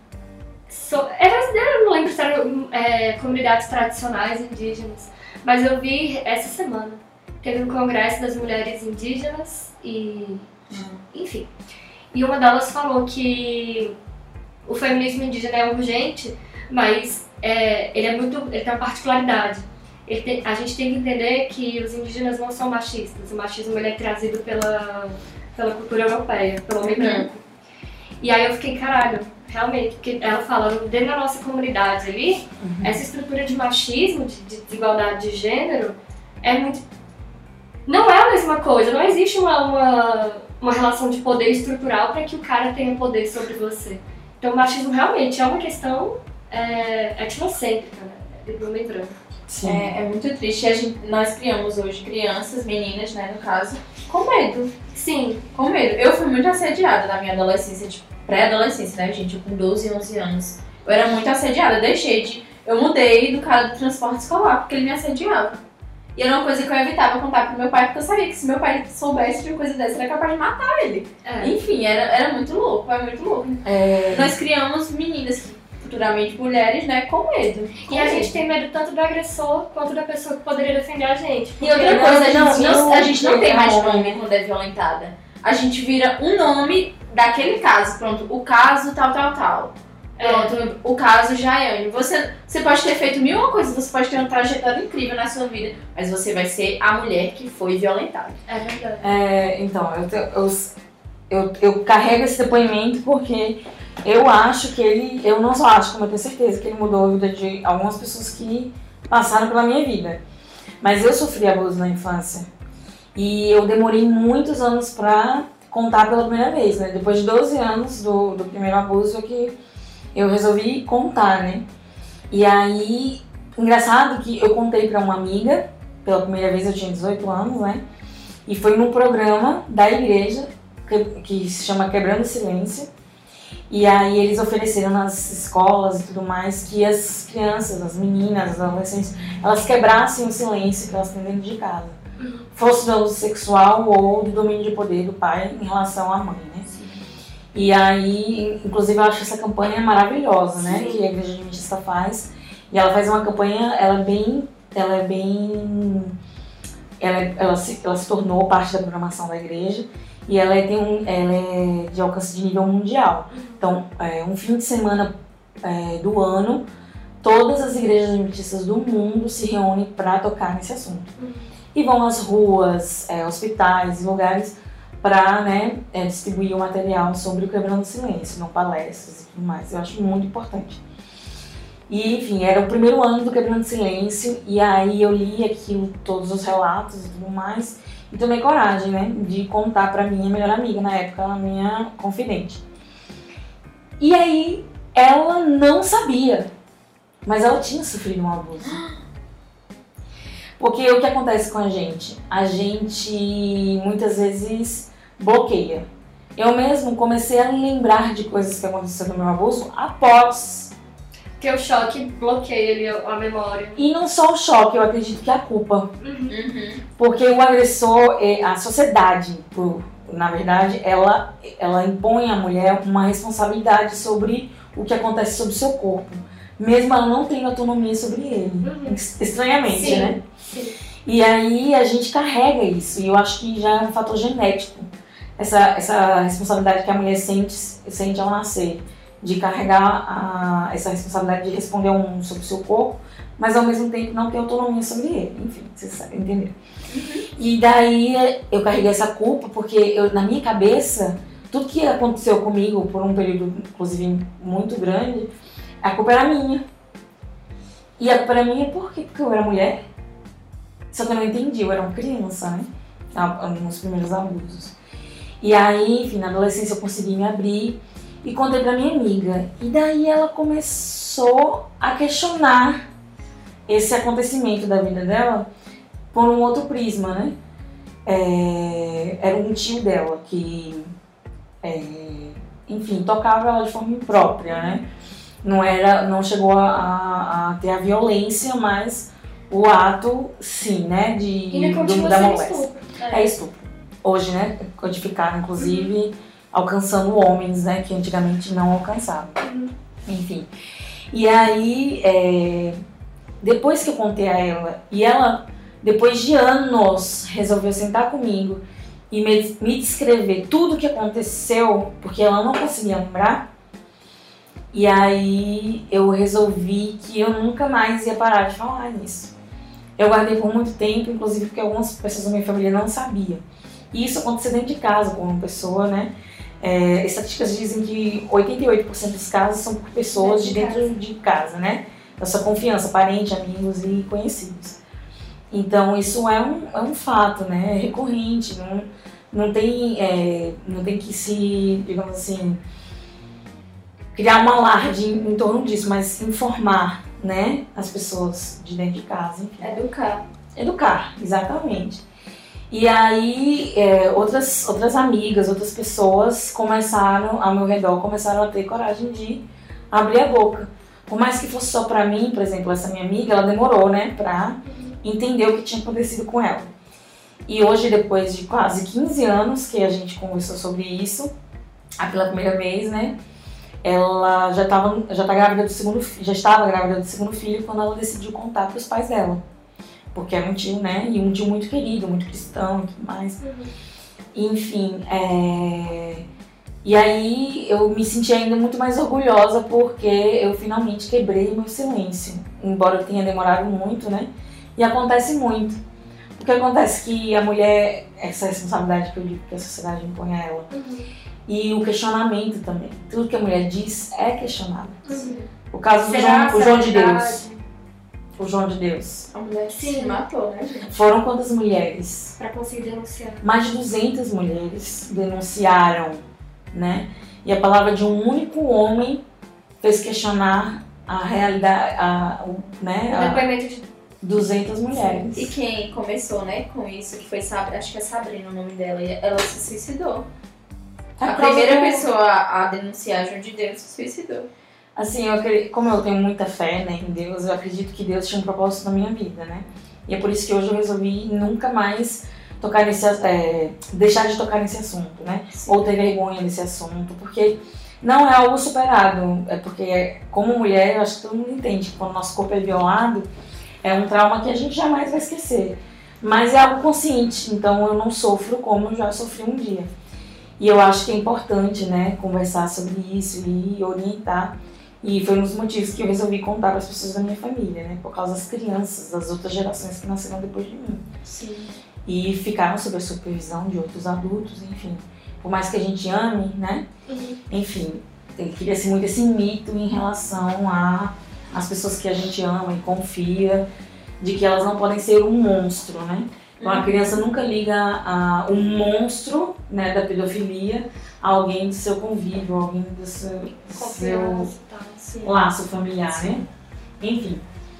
Speaker 5: So, era, eu não lembro se eram é, comunidades tradicionais indígenas, mas eu vi essa semana. Teve um congresso das mulheres indígenas e... enfim. E uma delas falou que o feminismo indígena é urgente, mas é, ele é muito, ele tem uma particularidade. Ele tem, a gente tem que entender que os indígenas não são machistas. O machismo ele é trazido pela, pela cultura europeia, pelo homem branco. E aí eu fiquei, caralho, realmente, porque ela fala, dentro da nossa comunidade ali, uhum. essa estrutura de machismo, de, de desigualdade de gênero, é muito... não é a mesma coisa, não existe uma, uma, uma relação de poder estrutural para que o cara tenha poder sobre você. Então o machismo realmente é uma questão é, etnocêntrica, né? De homem branco.
Speaker 4: Sim. É, é muito triste. A gente, nós criamos hoje crianças, meninas, né, no caso, com medo.
Speaker 5: Sim.
Speaker 4: Com medo. Eu fui muito assediada na minha adolescência, tipo, pré-adolescência, né, gente? Eu com doze, onze anos. Eu era muito assediada. Eu deixei de... Eu mudei do cara do transporte escolar porque ele me assediava. E era uma coisa que eu evitava contar pro meu pai, porque eu sabia que se meu pai soubesse de uma coisa dessa, era capaz de matar ele. É. Enfim, era, era muito louco, é muito louco. É. Nós criamos meninas, futuramente mulheres, né, com medo. Com
Speaker 5: e a
Speaker 4: medo.
Speaker 5: gente tem medo tanto do agressor quanto da pessoa que poderia defender a gente.
Speaker 4: E outra coisa, a gente não, a gente não tem mais nome quando é violentada. A gente vira um nome daquele caso, pronto, o caso tal, tal, tal. Pronto, é. O caso Jaiane. Você, você pode ter feito mil uma coisas, você pode ter uma trajetória incrível na sua vida, mas você vai ser a mulher que foi violentada.
Speaker 5: É verdade.
Speaker 3: É, então, eu, te, eu, eu, eu carrego esse depoimento porque eu acho que ele, eu não só acho, como eu tenho certeza que ele mudou a vida de algumas pessoas que passaram pela minha vida. Mas eu sofri abuso na infância e eu demorei muitos anos pra contar pela primeira vez, né? Depois de doze anos do, do primeiro abuso é que eu resolvi contar, né? E aí, engraçado que eu contei pra uma amiga, pela primeira vez eu tinha dezoito anos, né? E foi num programa da igreja, que, que se chama Quebrando o Silêncio. E aí eles ofereceram nas escolas e tudo mais que as crianças, as meninas, as adolescentes, elas quebrassem o silêncio que elas têm dentro de casa. Fosse do abuso sexual ou do domínio de poder do pai em relação à mãe, né? E aí, inclusive, eu acho essa campanha maravilhosa, né? Sim. Que a Igreja Adventista faz. E ela faz uma campanha, ela é bem... Ela é bem... Ela, ela, se, ela se tornou parte da programação da igreja. E ela é, tem um, ela é de alcance de nível mundial. Então, é, um fim de semana é, do ano, todas as igrejas adventistas do mundo se reúnem para tocar nesse assunto. E vão às ruas, é, hospitais e lugares para, né, é, distribuir o material sobre o Quebrando o Silêncio, não palestras e tudo mais. Eu acho muito importante. E, enfim, era o primeiro ano do Quebrando o Silêncio, e aí eu li aquilo, todos os relatos e tudo mais, e tomei coragem, né, de contar pra minha melhor amiga, na época, a minha confidente. E aí, ela não sabia, mas ela tinha sofrido um abuso. Porque o que acontece com a gente? A gente, muitas vezes, bloqueia. Eu mesmo comecei a lembrar de coisas que aconteceram no meu abuso após.
Speaker 5: Porque o choque bloqueia ali a memória.
Speaker 3: E não só o choque, eu acredito que a culpa.
Speaker 5: Uhum. Uhum.
Speaker 3: Porque o agressor, a sociedade, na verdade, ela, ela impõe à mulher uma responsabilidade sobre o que acontece sobre o seu corpo. Mesmo ela não tendo autonomia sobre ele. Uhum. Estranhamente, Sim. né? Sim. E aí a gente carrega isso, e eu acho que já é um fator genético. Essa, essa responsabilidade que a mulher sente, sente ao nascer. De carregar a, essa responsabilidade de responder ao mundo sobre o seu corpo, mas ao mesmo tempo não ter autonomia sobre ele. Enfim, vocês sabem entender. Uhum. E daí eu carreguei essa culpa porque eu, na minha cabeça, tudo que aconteceu comigo por um período, inclusive, muito grande, a culpa era minha. E a culpa era minha por quê? Porque eu era mulher. Só que eu não entendi, eu era uma criança, né? Nos primeiros abusos. E aí, enfim, na adolescência eu consegui me abrir e contei pra minha amiga. E daí ela começou a questionar esse acontecimento da vida dela por um outro prisma, né? É, era um tio dela que, é, enfim, tocava ela de forma imprópria, né? Não, era, não chegou a, a, a ter a violência, mas o ato, sim, né? De,
Speaker 5: e
Speaker 3: do, da moléstia.
Speaker 5: Estupro.
Speaker 3: É. é estupro. Hoje, né? Codificado, inclusive, uhum. alcançando homens, né? Que antigamente não alcançavam.
Speaker 5: Uhum.
Speaker 3: Enfim. E aí, é, depois que eu contei a ela, e ela, depois de anos, resolveu sentar comigo e me, me descrever tudo o que aconteceu, porque ela não conseguia lembrar. E aí eu resolvi que eu nunca mais ia parar de falar nisso. Eu guardei por muito tempo, inclusive porque algumas pessoas da minha família não sabiam. E isso aconteceu dentro de casa com uma pessoa, né? É, estatísticas dizem que oitenta e oito por cento dos casos são por pessoas de dentro de casa, né? Da sua confiança, parentes, amigos e conhecidos. Então isso é um, é um fato, né? É recorrente, não, não, tem, é, não tem que se, digamos assim, criar um alarde em, em torno disso, mas informar, né, as pessoas de dentro de casa. Enfim.
Speaker 4: Educar.
Speaker 3: Educar, exatamente. E aí, é, outras, outras amigas, outras pessoas começaram, ao meu redor, começaram a ter coragem de abrir a boca. Por mais que fosse só pra mim, por exemplo, essa minha amiga, ela demorou, né, pra entender o que tinha acontecido com ela. E hoje, depois de quase quinze anos que a gente conversou sobre isso, pela primeira vez, né, ela já, tava, já, tá grávida do segundo, já estava grávida do segundo filho quando ela decidiu contar para os pais dela. Porque era um tio, né? E um tio muito querido, muito cristão e tudo mais.
Speaker 5: Uhum.
Speaker 3: Enfim, é... e aí eu me senti ainda muito mais orgulhosa porque eu finalmente quebrei meu silêncio. Embora tenha demorado muito, né? E acontece muito. Porque acontece que a mulher, essa responsabilidade que eu digo que a sociedade impõe a ela,
Speaker 5: Uhum.
Speaker 3: e o questionamento também. Tudo que a mulher diz é questionado.
Speaker 5: Uhum.
Speaker 3: O caso do
Speaker 5: Será
Speaker 3: João, o João de
Speaker 5: verdade?
Speaker 3: Deus. O João de Deus.
Speaker 4: A mulher
Speaker 5: Sim.
Speaker 4: se matou, né, gente?
Speaker 3: Foram quantas mulheres?
Speaker 5: Pra conseguir denunciar.
Speaker 3: Mais de duzentas mulheres denunciaram, né? E a palavra de um único homem fez questionar a realidade, a, o, né?
Speaker 5: O
Speaker 3: A
Speaker 5: depoimento de
Speaker 3: duzentas mulheres.
Speaker 4: E quem começou, né, com isso, que foi Sabrina, acho que é Sabrina o nome dela, e ela se suicidou.
Speaker 3: Por
Speaker 4: A
Speaker 3: causa
Speaker 4: primeira
Speaker 3: do-
Speaker 4: pessoa a denunciar João de Deus se suicidou.
Speaker 3: Assim, eu acredito, como eu tenho muita fé, né, em Deus, eu acredito que Deus tinha um propósito na minha vida, né? E é por isso que hoje eu resolvi nunca mais tocar nesse, é, deixar de tocar nesse assunto, né?
Speaker 4: Sim.
Speaker 3: Ou ter vergonha desse assunto, porque não é algo superado. É porque, como mulher, eu acho que todo mundo entende que quando o nosso corpo é violado, é um trauma que a gente jamais vai esquecer. Mas é algo consciente, então eu não sofro como eu já sofri um dia. E eu acho que é importante, né, conversar sobre isso e orientar. E foi um dos motivos que eu resolvi contar para as pessoas da minha família, né? Por causa das crianças, das outras gerações que nasceram depois de mim.
Speaker 4: Sim.
Speaker 3: E ficaram sob a supervisão de outros adultos, enfim. Por mais que a gente ame, né?
Speaker 5: Uhum.
Speaker 3: Enfim, cria-se muito esse mito em relação a as pessoas que a gente ama e confia, de que elas não podem ser um monstro, né? Então a criança nunca liga a um monstro, né, da pedofilia a alguém do seu convívio, alguém do seu, seu
Speaker 5: Confiança e tal.
Speaker 4: Sim.
Speaker 3: laço familiar, né? Enfim.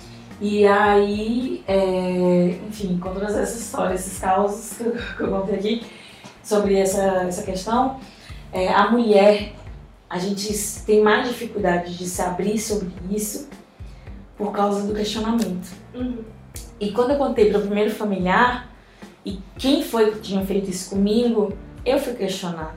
Speaker 3: E aí, é, enfim, com todas essas histórias, esses causos que eu, que eu contei aqui sobre essa, essa questão, é, a mulher, a gente tem mais dificuldade de se abrir sobre isso por causa do questionamento.
Speaker 5: Uhum.
Speaker 3: E quando eu contei para o primeiro familiar, e quem foi que tinha feito isso comigo, eu fui questionada.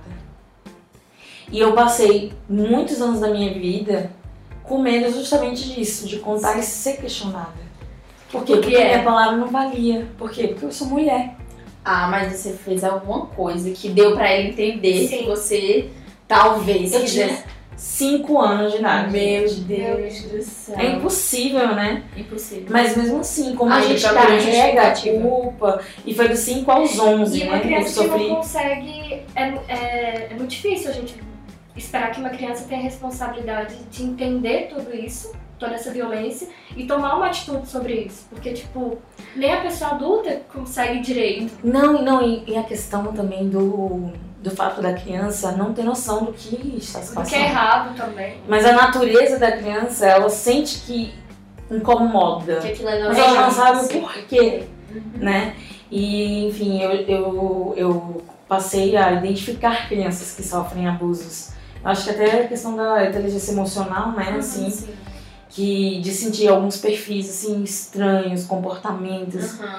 Speaker 3: E eu passei muitos anos da minha vida com medo justamente disso, de contar e ser questionada. Por quê?
Speaker 4: Porque
Speaker 3: Porque
Speaker 4: é.
Speaker 3: minha palavra não valia. Por quê? Porque eu sou mulher.
Speaker 4: Ah, mas você fez alguma coisa que deu pra ele entender
Speaker 5: Sim.
Speaker 4: que você talvez
Speaker 3: Eu
Speaker 4: quisesse.
Speaker 3: tinha cinco anos de idade.
Speaker 4: Meu
Speaker 3: gente.
Speaker 4: Deus do céu.
Speaker 3: É impossível, né?
Speaker 4: Impossível.
Speaker 3: Mas mesmo assim, como
Speaker 4: A
Speaker 3: a,
Speaker 4: gente
Speaker 3: gente
Speaker 4: procura
Speaker 3: carrega a
Speaker 4: justificativa.
Speaker 3: culpa, e foi dos cinco aos onze,
Speaker 5: E
Speaker 3: né?
Speaker 5: uma
Speaker 3: Eu
Speaker 5: criança que
Speaker 3: sofri.
Speaker 5: não consegue. É, é, é muito difícil a gente esperar que uma criança tenha a responsabilidade de entender tudo isso toda essa violência e tomar uma atitude sobre isso. Porque, tipo, nem a pessoa adulta consegue direito.
Speaker 3: Não, não e, e a questão também do, do fato da criança não ter noção do que está se
Speaker 5: O
Speaker 3: passando.
Speaker 5: que é errado também.
Speaker 3: Mas a natureza da criança, ela sente que incomoda.
Speaker 4: Que aquilo é
Speaker 3: Mas ela não sabe o
Speaker 4: sim.
Speaker 3: porquê, né? E, enfim, eu, eu, eu passei a identificar crianças que sofrem abusos. Acho que até a questão da inteligência emocional, né,
Speaker 4: Uhum,
Speaker 3: assim,
Speaker 4: sim.
Speaker 3: que de sentir alguns perfis, assim, estranhos, comportamentos,
Speaker 4: Uhum.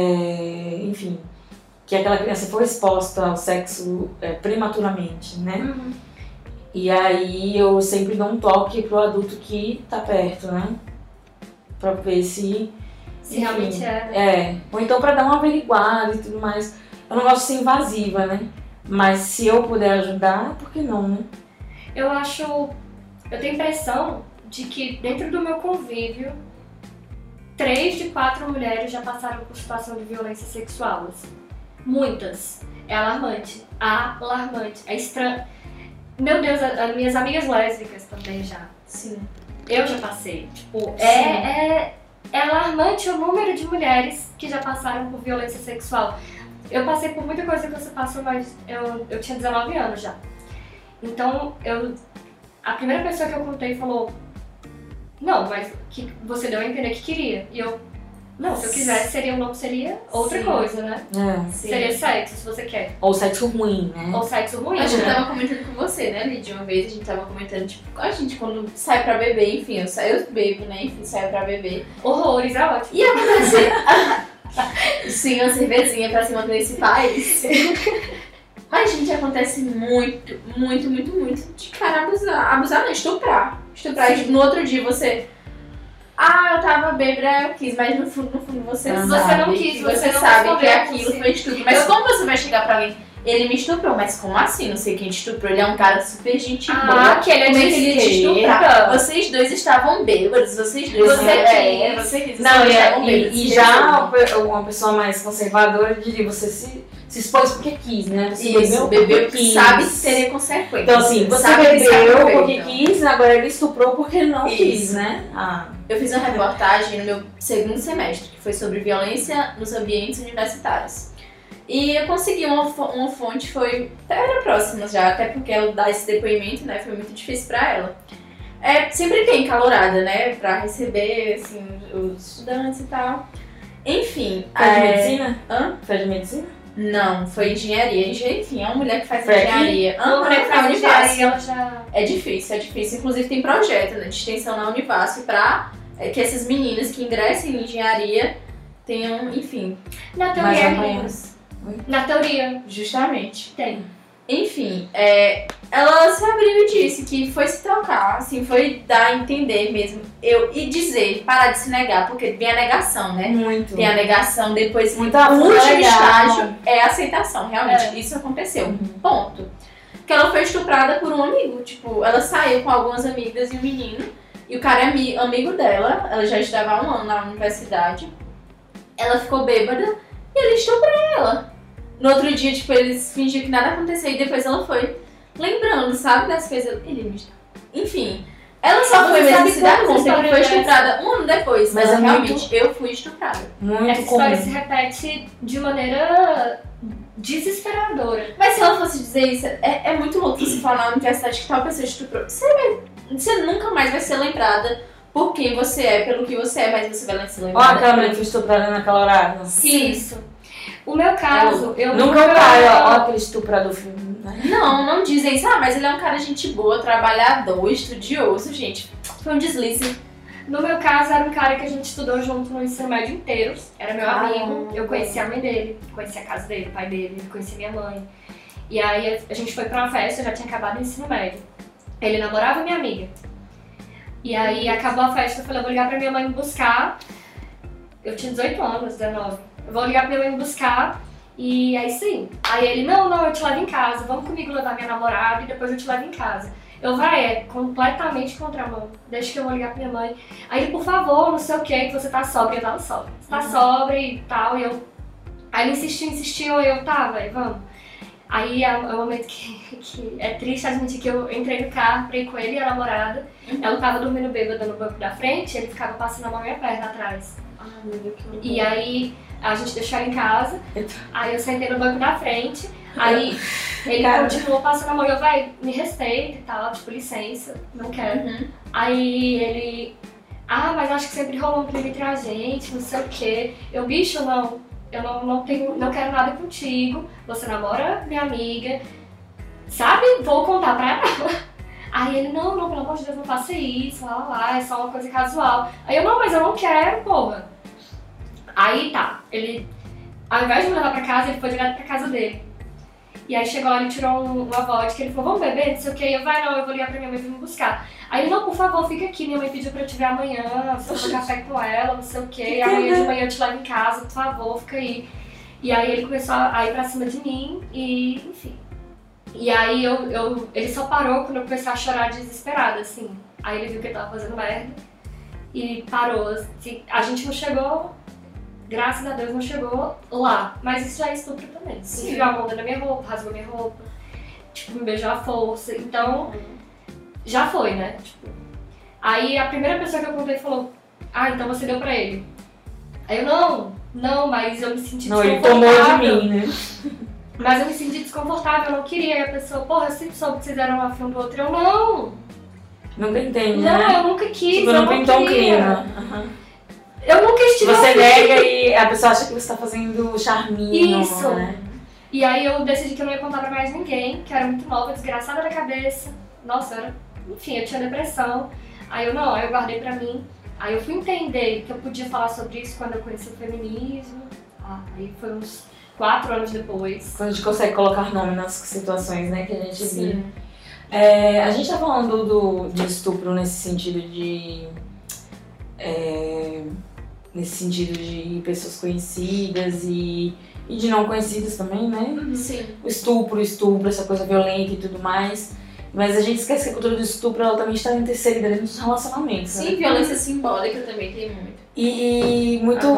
Speaker 3: é, enfim, que aquela criança foi exposta ao sexo é, prematuramente, né?
Speaker 5: Uhum.
Speaker 3: E aí eu sempre dou um toque pro adulto que tá perto, né? Pra ver se...
Speaker 5: Se
Speaker 3: enfim,
Speaker 5: realmente é, né?
Speaker 3: É, ou então pra dar uma averiguada e tudo mais. Eu não gosto de ser invasiva, né? Mas se eu puder ajudar, por que não, né?
Speaker 5: Eu acho... Eu tenho a impressão de que dentro do meu convívio, três de quatro mulheres já passaram por situação de violência sexual, assim. Muitas. É alarmante. Alarmante. É estranho. Meu Deus, as minhas amigas lésbicas também já.
Speaker 4: Sim.
Speaker 5: Eu já passei. Tipo, é,
Speaker 3: Sim.
Speaker 5: é, é alarmante o número de mulheres que já passaram por violência sexual. Eu passei por muita coisa que você passou, mas eu, eu tinha dezenove anos já. Então, eu, a primeira pessoa que eu contei falou: não, mas que você deu a entender que queria. E eu, não, se eu quisesse, seria um não, seria outra
Speaker 4: Sim.
Speaker 5: coisa, né?
Speaker 3: É.
Speaker 4: Sim.
Speaker 5: Seria sexo, se você quer.
Speaker 3: Ou sexo ruim, né?
Speaker 5: Ou sexo ruim,
Speaker 4: A gente
Speaker 5: né?
Speaker 4: tava comentando com você, né, Lidia? Uma vez a gente tava comentando, tipo, a gente quando sai pra beber, enfim, eu saio, eu bebo, né, enfim, saio pra beber.
Speaker 5: Horrores, é ótimo.
Speaker 4: E acontece... Sim, uma cervezinha pra se manter nesse país. Mas, gente, acontece muito, muito, muito, muito de cara abusar. Abusar não, estuprar. Estuprar. E no outro dia você... Ah, eu tava bêbada, eu quis, mas no fundo, no fundo você
Speaker 3: Você
Speaker 4: sabe.
Speaker 5: não quis,
Speaker 4: que
Speaker 5: você
Speaker 4: você
Speaker 5: não
Speaker 4: sabe que
Speaker 5: respondeu
Speaker 4: aquilo
Speaker 5: por si.
Speaker 4: foi estupro. Mas
Speaker 5: Eu-
Speaker 4: como você vai chegar pra alguém? Ele me estuprou, mas como assim? Não sei quem te estuprou. Ele é um cara super gente
Speaker 5: Ah,
Speaker 4: boa.
Speaker 5: que ele é
Speaker 4: Como é
Speaker 5: de
Speaker 4: que ele ia te
Speaker 5: esquerda.
Speaker 4: estuprar? Vocês dois estavam bêbados, vocês dois...
Speaker 5: Você
Speaker 4: é,
Speaker 5: quis.
Speaker 4: você quis.
Speaker 3: Não,
Speaker 4: vocês
Speaker 3: e,
Speaker 4: estavam
Speaker 3: e,
Speaker 4: bêbados,
Speaker 3: e
Speaker 4: se
Speaker 3: já
Speaker 4: resolvam.
Speaker 3: uma, pe- uma pessoa mais conservadora diria, você se, se expôs porque quis, né? Você
Speaker 4: Isso,
Speaker 3: bebeu
Speaker 4: bebeu
Speaker 3: porque quis.
Speaker 4: sabe que teria consequências.
Speaker 3: Então assim, você
Speaker 4: Sabe que se
Speaker 3: bebeu
Speaker 4: aproveitam.
Speaker 3: porque quis, agora ele estuprou porque não
Speaker 4: Isso.
Speaker 3: quis, né? Ah,
Speaker 4: Eu fiz uma reportagem no meu segundo semestre, que foi sobre violência nos ambientes universitários. E eu consegui uma, fo- uma fonte, foi era próxima já, até porque ela dar esse depoimento, né, foi muito difícil pra ela. É, sempre tem calorada, né, pra receber, assim, os estudantes e tal. Enfim,
Speaker 3: foi de
Speaker 4: é...
Speaker 3: medicina?
Speaker 4: Hã?
Speaker 3: Foi de medicina?
Speaker 4: Não, foi engenharia. Engen- Enfim, é uma mulher que faz
Speaker 3: Foi aqui?
Speaker 4: engenharia.
Speaker 5: Uma
Speaker 4: Aham,
Speaker 5: mulher que
Speaker 4: na
Speaker 5: faz
Speaker 4: Univasf.
Speaker 5: engenharia, ela já...
Speaker 4: É difícil, é difícil. Inclusive tem projeto, né, de extensão na Univasf pra é, que essas meninas que ingressem em engenharia tenham, enfim,
Speaker 5: Na
Speaker 3: Mais
Speaker 5: teoria,
Speaker 3: ou menos.
Speaker 5: meninas. Na teoria,
Speaker 4: justamente.
Speaker 5: tem.
Speaker 4: Enfim, é, ela se abriu e disse que foi se trocar, assim, foi dar a entender mesmo. Eu, e dizer, parar de se negar, porque vem a negação, né?
Speaker 3: Muito.
Speaker 4: Tem a negação, depois
Speaker 3: Muita
Speaker 4: o último
Speaker 3: legal.
Speaker 4: estágio é a aceitação, realmente.
Speaker 5: É.
Speaker 4: Isso aconteceu.
Speaker 3: Uhum.
Speaker 4: Ponto. Que ela foi estuprada por um amigo. Tipo, ela saiu com algumas amigas e um menino. E o cara é ami- amigo dela. Ela já estudava há um ano na universidade. Ela ficou bêbada e ele estuprou ela. No outro dia, tipo, eles fingiram que nada aconteceu. E depois ela foi lembrando, sabe, das coisas. Ele me... Enfim. Ela só
Speaker 5: Você
Speaker 4: foi mesmo
Speaker 5: sabe
Speaker 4: se dar
Speaker 5: quantas
Speaker 4: conta que foi
Speaker 5: histórias
Speaker 4: estuprada um ano depois.
Speaker 3: Mas
Speaker 4: Mas
Speaker 3: é
Speaker 4: realmente,
Speaker 3: muito-
Speaker 4: eu fui estuprada.
Speaker 3: Muito
Speaker 5: Essa
Speaker 3: comum.
Speaker 5: história se repete de maneira desesperadora.
Speaker 4: Mas se ela fosse dizer isso, é, é muito louco você falar na universidade que tal pessoa estuprou. Você, vai- você nunca mais vai ser lembrada por quem você é, pelo que você é, mas você vai ser
Speaker 3: Olha
Speaker 4: lembrada.
Speaker 3: aquela mulher que foi estuprada naquela hora.
Speaker 4: Sim.
Speaker 5: Isso. O meu caso, eu
Speaker 3: Nunca o pai, ó, ó aquele estuprador filme, né?
Speaker 4: Não, não dizem isso. Ah, mas ele é um cara gente boa, trabalhador, estudioso, gente. Foi um deslize.
Speaker 5: No meu caso, era um cara que a gente estudou junto no ensino médio inteiro. Era meu
Speaker 4: Caramba.
Speaker 5: amigo. Eu conhecia a mãe dele, conhecia a casa dele, o pai dele, conhecia minha mãe. E aí a gente foi pra uma festa, eu já tinha acabado o ensino médio. Ele namorava minha amiga. E aí acabou a festa, eu falei, eu vou ligar pra minha mãe me buscar. Eu tinha dezoito anos, dezenove. Eu vou ligar pra minha mãe me buscar. E aí sim. Aí ele, não, não, eu te levo em casa. Vamos comigo levar minha namorada e depois eu te levo em casa. Eu, vai, é completamente contramão. Deixa que eu vou ligar pra minha mãe. Aí ele, por favor, não sei o que, que você tá sóbria. Eu tava sóbria. Você tá
Speaker 4: Uhum.
Speaker 5: sóbria e tal. E eu... Aí ele insistiu, insistiu. E eu, tá, velho, vamos. Aí é o momento que, que é triste admitir que eu entrei no carro pra ir com ele e a namorada. Uhum. Ela tava dormindo bêbada no banco da frente, ele ficava passando a mão e a perna atrás.
Speaker 4: Ai, meu Deus, que
Speaker 5: E aí a gente deixou ela em casa, aí eu sentei no banco da frente, aí ele Cara. continuou passando a mão e eu, vai, me respeita e tal, tipo, licença, não quero. Uhum. Aí ele, ah, mas acho que sempre rolou um clima entre a gente, não sei o quê. Eu, bicho, não, eu não, não, tenho, não quero nada contigo, você namora minha amiga, sabe? Vou contar pra ela. Aí ele, não, não, pelo amor de Deus, não faça isso, lá, lá, é só uma coisa casual. Aí eu, não, mas eu não quero, porra. Aí tá, ele, ao invés de me levar pra casa, ele foi direto pra casa dele. E aí chegou lá, ele tirou um, uma vodka, ele falou, vamos beber, não sei o que, eu, vai não, eu vou ligar pra minha mãe vir me buscar. Aí ele, não, por favor, fica aqui, minha mãe pediu pra eu te ver amanhã, você toma café com ela, não sei o que, e amanhã de manhã eu te levo em casa, por favor, fica aí. E aí ele começou a ir pra cima de mim, e enfim. E aí eu, eu, ele só parou quando eu comecei a chorar desesperada, assim. Aí ele viu que eu tava fazendo merda, e parou, assim, a gente não chegou... Graças a Deus não chegou lá, mas isso já é estupro também. Sim. Enfiou a mão na minha roupa, rasgou minha roupa, tipo, me beijou à força, então já foi, né? Tipo, aí a primeira pessoa que eu contei falou, ah, então você deu pra ele. Aí eu, não, não, mas eu me senti
Speaker 3: não,
Speaker 5: desconfortável.
Speaker 3: Não, ele tomou de mim, né?
Speaker 5: Mas eu me senti desconfortável, eu não queria. Aí a pessoa, porra, eu sempre soube que vocês eram um afim um do outro. Eu, não.
Speaker 3: Nunca entende,
Speaker 5: não,
Speaker 3: né?
Speaker 5: eu nunca quis,
Speaker 3: tipo,
Speaker 5: eu
Speaker 3: não
Speaker 5: não
Speaker 3: pintou um
Speaker 5: queria.
Speaker 3: clima. Uhum.
Speaker 5: Eu nunca estive
Speaker 3: Você
Speaker 5: afim.
Speaker 3: nega e a pessoa acha que você tá fazendo charminho.
Speaker 5: Isso.
Speaker 3: Né?
Speaker 5: E aí eu decidi que eu não ia contar pra mais ninguém, que era muito nova, desgraçada da cabeça. Nossa, eu era... enfim, eu tinha depressão. Aí eu não, aí eu guardei pra mim. Aí eu fui entender que eu podia falar sobre isso quando eu conheci o feminismo. Ah, aí foi uns quatro anos depois.
Speaker 3: Quando a gente consegue colocar nome nas situações, né, que a gente vive. É, a gente tá falando do, de estupro nesse sentido de... É, nesse sentido de pessoas conhecidas e, e de não conhecidas também, né?
Speaker 4: Sim.
Speaker 3: O estupro, o estupro, essa coisa violenta e tudo mais. Mas a gente esquece que a cultura do estupro ela também está inserida dentro dos relacionamentos.
Speaker 4: Sim,
Speaker 3: né?
Speaker 4: violência simbólica também tem muito.
Speaker 3: E, e muito...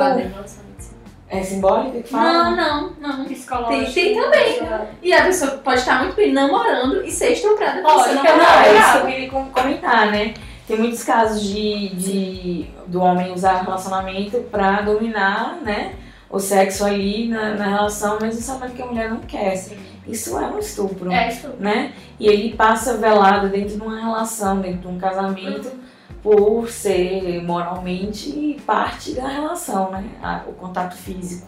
Speaker 3: É simbólica que fala?
Speaker 4: Não, não, não.
Speaker 5: Psicológico.
Speaker 4: Tem, tem também. E a pessoa pode estar muito bem namorando e ser estuprada.
Speaker 5: Pode,
Speaker 3: não, não, é isso que eu queria comentar, né? Tem muitos casos de, de do homem usar relacionamento pra dominar, né, o sexo ali na, na relação, mesmo sabendo que a mulher não quer. Sim. Isso é um estupro,
Speaker 5: é estupro,
Speaker 3: né? E ele passa velado dentro de uma relação, dentro de um casamento, uhum. por ser moralmente parte da relação, né? O contato físico.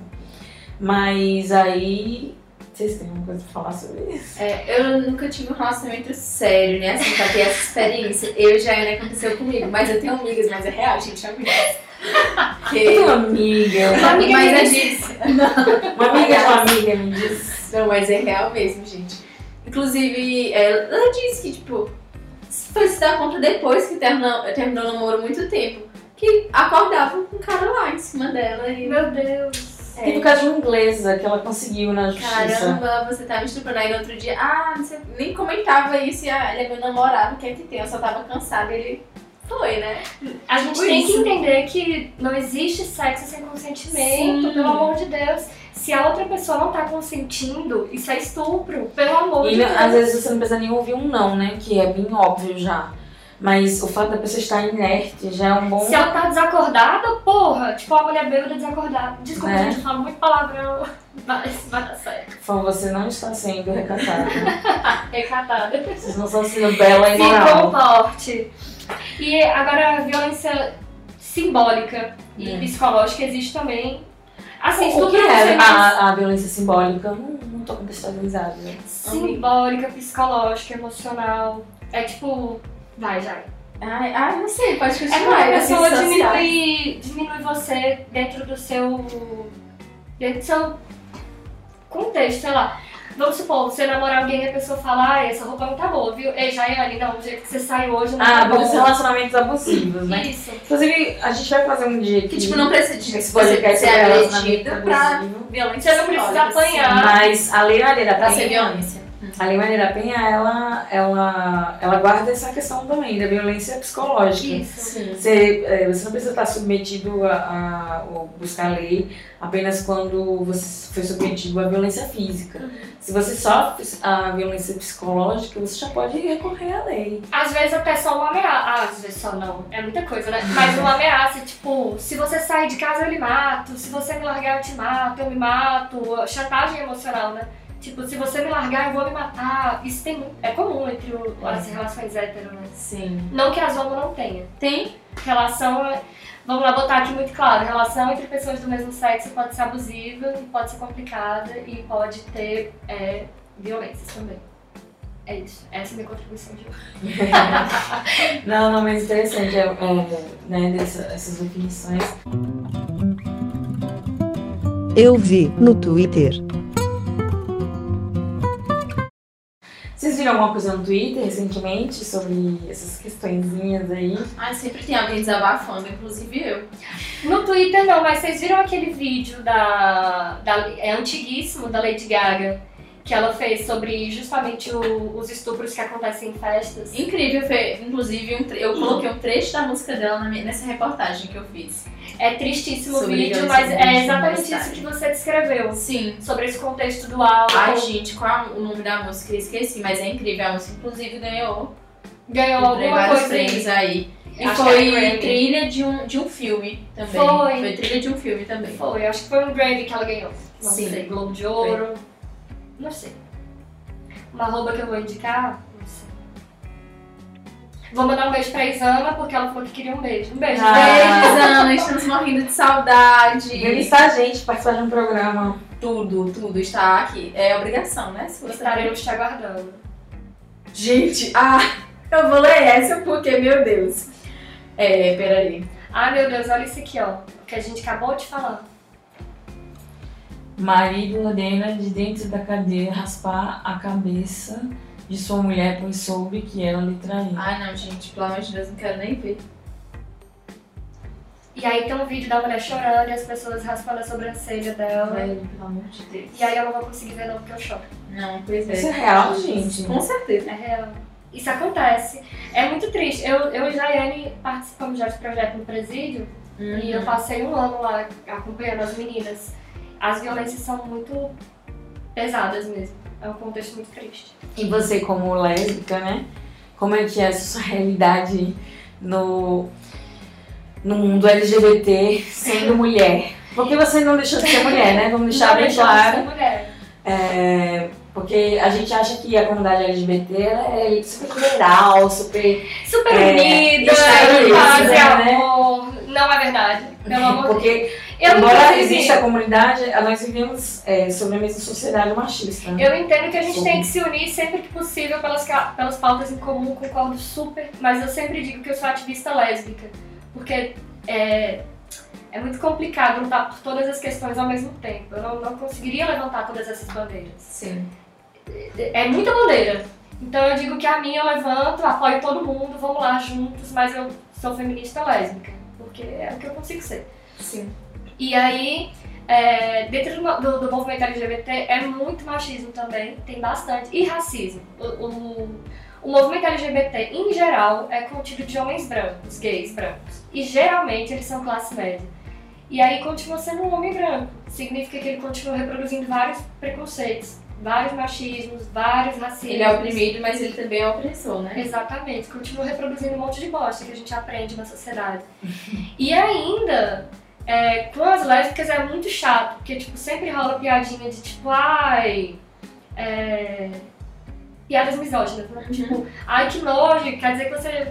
Speaker 3: Mas aí... Vocês têm alguma coisa pra falar sobre isso?
Speaker 4: É, eu nunca tive um relacionamento sério, né? Assim, pra ter essa experiência. Eu já ainda aconteceu comigo, mas eu tenho amigas, mas é real, gente, amigas.
Speaker 3: Que... Eu tenho amiga.
Speaker 4: Uma amiga
Speaker 3: mas
Speaker 4: me disse.
Speaker 3: Uma amiga de uma amiga me disse.
Speaker 4: Não, mas é real mesmo, gente. Inclusive, ela disse que, tipo, foi se dar conta depois que terminou, terminou o namoro há muito tempo, que acordava com um cara lá em cima dela. E...
Speaker 5: Meu Deus.
Speaker 3: É. Tipo caso de uma inglesa que ela conseguiu na justiça.
Speaker 4: Caramba, você tá me estuprando. Aí no outro dia, ah, você nem comentava isso e ah, ele é meu namorado, o que é que tem? Eu só tava cansada e ele foi, né?
Speaker 5: A gente
Speaker 4: Por
Speaker 5: tem
Speaker 4: isso.
Speaker 5: que entender que não existe sexo sem consentimento,
Speaker 4: Sim.
Speaker 5: pelo amor de Deus. Se a outra pessoa não tá consentindo, isso é estupro, pelo amor
Speaker 3: e
Speaker 5: de
Speaker 3: não,
Speaker 5: Deus.
Speaker 3: às vezes você não precisa nem ouvir um não, né? Que é bem óbvio já. Mas o fato da pessoa estar inerte já é um bom...
Speaker 5: Se ela tá desacordada, porra, tipo a mulher bêbada desacordada. Desculpa,
Speaker 3: É.
Speaker 5: gente, eu falo muito palavrão, mas vai dar certo.
Speaker 3: Por favor, você não está sendo recatada.
Speaker 5: Recatada.
Speaker 3: Vocês não estão sendo bela e
Speaker 5: Se
Speaker 3: moral.
Speaker 5: comporte. E agora a violência simbólica e
Speaker 3: Hum.
Speaker 5: psicológica existe também. Assim,
Speaker 3: O que
Speaker 5: estupro
Speaker 3: é
Speaker 5: você
Speaker 3: a, a violência simbólica? Eu não, não tô contextualizada. Né?
Speaker 5: simbólica, psicológica, emocional. É tipo. Vai, já.
Speaker 4: Ai, ai, não sei, pode
Speaker 5: É
Speaker 4: continuar.
Speaker 5: quando a
Speaker 4: assim,
Speaker 5: pessoa
Speaker 4: sociais.
Speaker 5: diminui, diminui você dentro do seu. dentro do seu contexto, sei lá. Vamos supor, você namorar alguém e a pessoa fala, ai, essa roupa não tá boa, viu? Ei, Jaiane, não, o jeito que você saiu hoje não
Speaker 3: Ah,
Speaker 5: tá bom.
Speaker 3: dos relacionamentos abusivos, né?
Speaker 5: Isso.
Speaker 3: Inclusive, a gente vai fazer um dia aqui.
Speaker 4: Que tipo, não precisa de
Speaker 3: Esse
Speaker 4: você
Speaker 3: podcast
Speaker 4: ser
Speaker 3: sobre
Speaker 4: agredido
Speaker 3: relacionamento
Speaker 4: pra
Speaker 3: abusivo.
Speaker 4: violência
Speaker 5: Você não precisa
Speaker 4: simbólica,
Speaker 5: apanhar.
Speaker 3: Mas a lei, a lei da
Speaker 4: Pra ser
Speaker 3: penha,
Speaker 4: violência.
Speaker 3: a Lei Maria da Penha, ela, ela, ela guarda essa questão também da violência psicológica.
Speaker 5: Isso.
Speaker 3: Você, é, você não precisa estar submetido a, a, a buscar a lei apenas quando você foi submetido à violência física.
Speaker 5: Uhum.
Speaker 3: Se você sofre a violência psicológica, você já pode recorrer à lei.
Speaker 5: Às vezes até só uma ameaça. Ah, às vezes só não. É muita coisa, né? Mas uma ameaça, tipo, se você sair de casa eu lhe mato, se você me largar eu te mato, eu me mato. Chantagem emocional, né? Tipo, se você me largar eu vou me matar. Isso tem, é comum entre o, as relações hétero, né?
Speaker 3: Sim.
Speaker 5: Não que as homo não tenha.
Speaker 4: Tem?
Speaker 5: Relação, vamos lá botar aqui muito claro, relação entre pessoas do mesmo sexo pode ser abusiva, pode ser complicada e pode ter é, violências também. É isso, essa é a minha contribuição de hoje.
Speaker 3: Não, não, mas interessante, é, é, né, dessa, essas definições.
Speaker 2: Eu vi no Twitter.
Speaker 3: Vocês viram alguma coisa no Twitter recentemente sobre essas questõezinhas aí?
Speaker 4: Ah, sempre tem alguém desabafando, inclusive eu.
Speaker 5: No Twitter não, mas vocês viram aquele vídeo da, da é antiguíssimo, da Lady Gaga, que ela fez sobre justamente o, os estupros que acontecem em festas?
Speaker 4: Incrível, foi, inclusive um tre- eu coloquei um trecho da música dela na minha, nessa reportagem que eu fiz.
Speaker 5: É tristíssimo o
Speaker 4: Sobre
Speaker 5: vídeo,
Speaker 4: violência
Speaker 5: mas é
Speaker 4: doméstica
Speaker 5: exatamente
Speaker 4: na
Speaker 5: isso
Speaker 4: cidade.
Speaker 5: que você descreveu.
Speaker 4: Sim.
Speaker 5: Sobre esse contexto do álcool.
Speaker 4: Ai, gente, qual o nome da música? Eu esqueci, mas é incrível. A música, inclusive, ganhou,
Speaker 5: Ganhou
Speaker 4: ganhou
Speaker 5: alguma
Speaker 4: vários
Speaker 5: coisa
Speaker 4: prêmios aí. E
Speaker 5: Acho que era
Speaker 4: foi
Speaker 5: Grammy.
Speaker 4: trilha de um, de um filme também.
Speaker 5: Foi.
Speaker 4: Foi trilha de um filme também.
Speaker 5: Foi, acho que foi um Grammy que ela ganhou. Não
Speaker 4: Sim.
Speaker 5: sei, Globo de Ouro. Não sei. Uma arroba que eu vou indicar? Não sei. Vou mandar um beijo pra Isana, porque ela falou que queria um beijo. Um beijo.
Speaker 3: Ah.
Speaker 4: Beijos, Ana, estamos morrendo de saudade.
Speaker 3: Entrevistar a gente, participar de um programa.
Speaker 4: Tudo, tudo está aqui. É obrigação, né? Se você
Speaker 5: Estaremos te aguardando.
Speaker 4: Gente, ah, eu vou ler essa porque, meu Deus. É, peraí.
Speaker 5: Ai meu Deus, olha isso aqui, ó. O que a gente acabou de falar.
Speaker 3: Marido ordena de dentro da cadeia raspar a cabeça de sua mulher, pois soube que ela lhe traiu.
Speaker 4: Ai, não, gente, pelo amor de Deus, não quero nem ver.
Speaker 5: E aí tem um vídeo da mulher chorando e as pessoas raspando a sobrancelha dela.
Speaker 4: Velho, pelo amor de Deus.
Speaker 5: E aí eu não vou conseguir ver não, porque eu choro.
Speaker 4: Não, pois é.
Speaker 3: Isso é real, gente?
Speaker 4: Com certeza.
Speaker 5: É real. Isso acontece. É muito triste. Eu, eu e Jaiane participamos já de projeto no presídio e eu passei um ano lá acompanhando as meninas. As violências são muito pesadas mesmo. É um contexto muito triste.
Speaker 3: E você, como lésbica, né? Como é que é essa sua realidade no, no mundo L G B T sendo mulher? Porque você não deixou de ser mulher, né? Vamos deixar
Speaker 5: Não
Speaker 3: bem
Speaker 5: deixamos de
Speaker 3: claro.
Speaker 5: ser mulher.
Speaker 3: É, porque a gente acha que a comunidade L G B T ela é super liberal, super...
Speaker 5: Super
Speaker 3: É,
Speaker 5: unida,
Speaker 3: extremista,
Speaker 5: paz e
Speaker 3: né?
Speaker 5: amor. Não é verdade. Pelo amor de Deus.
Speaker 3: Porque,
Speaker 5: Eu,
Speaker 3: embora
Speaker 5: inclusive,
Speaker 3: exista a comunidade, nós vivemos é, sobre a mesma sociedade machista. Né?
Speaker 5: Eu entendo que a gente
Speaker 3: Sim.
Speaker 5: tem que se unir sempre que possível pelas, ca- pelas pautas em comum, concordo super, mas eu sempre digo que eu sou ativista lésbica, porque é, é muito complicado lutar por todas as questões ao mesmo tempo. Eu não, não conseguiria levantar todas essas bandeiras.
Speaker 4: Sim.
Speaker 5: É muita bandeira. Então eu digo que a minha eu levanto, apoio todo mundo, vamos lá juntos, mas eu sou feminista lésbica, porque é o que eu consigo ser.
Speaker 4: Sim.
Speaker 5: E aí, é, dentro do, do, do movimento L G B T é muito machismo também, tem bastante, e racismo. O, o, o movimento L G B T, em geral, é contido de homens brancos, gays brancos. E geralmente eles são classe média. E aí continua sendo um homem branco. Significa que ele continua reproduzindo vários preconceitos, vários machismos, vários racismos.
Speaker 4: Ele é oprimido, mas ele também é opressor, né?
Speaker 5: Exatamente, continua reproduzindo um monte de bosta que a gente aprende na sociedade. E ainda... É, com as lésbicas é muito chato, porque tipo, sempre rola piadinha de tipo, ai. É, piadas misóginas, né?
Speaker 4: Uhum.
Speaker 5: Tipo, ai que nojo, quer dizer que você.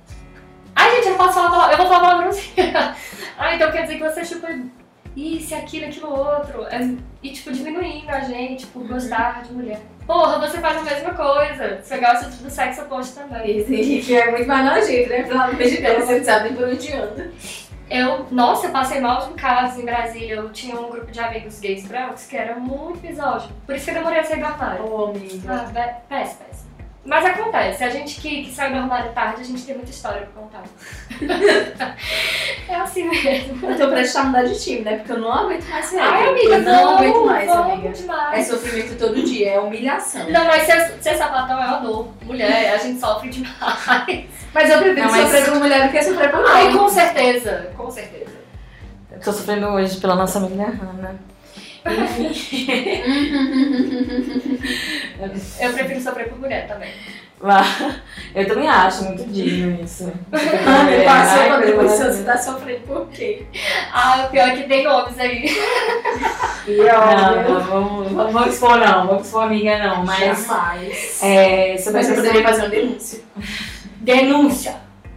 Speaker 5: Ai gente, eu não posso falar palavra, eu vou falar palavrãozinha. Ai, então quer dizer que você chupa isso, aquilo, aquilo outro. É, e tipo, diminuindo a gente por gostar de mulher. Porra, você faz a mesma coisa. Você gosta do sexo oposto também.
Speaker 4: Esse que é muito mais nojento, né? Pelo amor de Deus, você não sabe nem por onde anda.
Speaker 5: Eu, nossa, eu passei maus bocados em Brasília. Eu tinha um grupo de amigos gays brancos que era muito misógino. Por isso que eu demorei a sair do armário.
Speaker 4: Ô, amiga.
Speaker 5: Ah, be- péssimo, péssimo. Mas acontece. A gente que, que sai do armário tarde, a gente tem muita história pra contar. É assim assim mesmo.
Speaker 4: Eu tô prestes a mudar de time, né? Porque eu não aguento mais ser
Speaker 5: Ai,
Speaker 4: hétero.
Speaker 5: amiga,
Speaker 4: eu não
Speaker 5: vamos,
Speaker 4: aguento mais,
Speaker 5: vamos
Speaker 4: amiga.
Speaker 5: demais.
Speaker 4: É sofrimento todo dia, é humilhação.
Speaker 5: Não, mas ser, ser sapatão é uma dor. Mulher, a gente sofre demais.
Speaker 4: Mas eu prefiro
Speaker 3: Não, mas-
Speaker 4: sofrer por mulher do que sofrer por
Speaker 5: Ai,
Speaker 4: homem.
Speaker 5: com certeza, com certeza.
Speaker 3: Eu tô sofrendo hoje pela nossa amiga Hannah.
Speaker 5: Eu prefiro sofrer por mulher também.
Speaker 3: Mas eu também acho muito digno isso.
Speaker 4: Ai, passou
Speaker 3: Ai,
Speaker 4: quando
Speaker 3: coisa
Speaker 4: você
Speaker 3: maravilhosa.
Speaker 4: tá sofrendo por quê?
Speaker 5: Ah, o pior é que tem nomes aí.
Speaker 3: Não, não, vamos, vamos, vamos expor não, vamos expor amiga não, mas
Speaker 4: Jamais.
Speaker 3: é, sobre
Speaker 4: Mas
Speaker 3: essa
Speaker 4: eu poderia fazer uma denúncia.
Speaker 3: denúncia.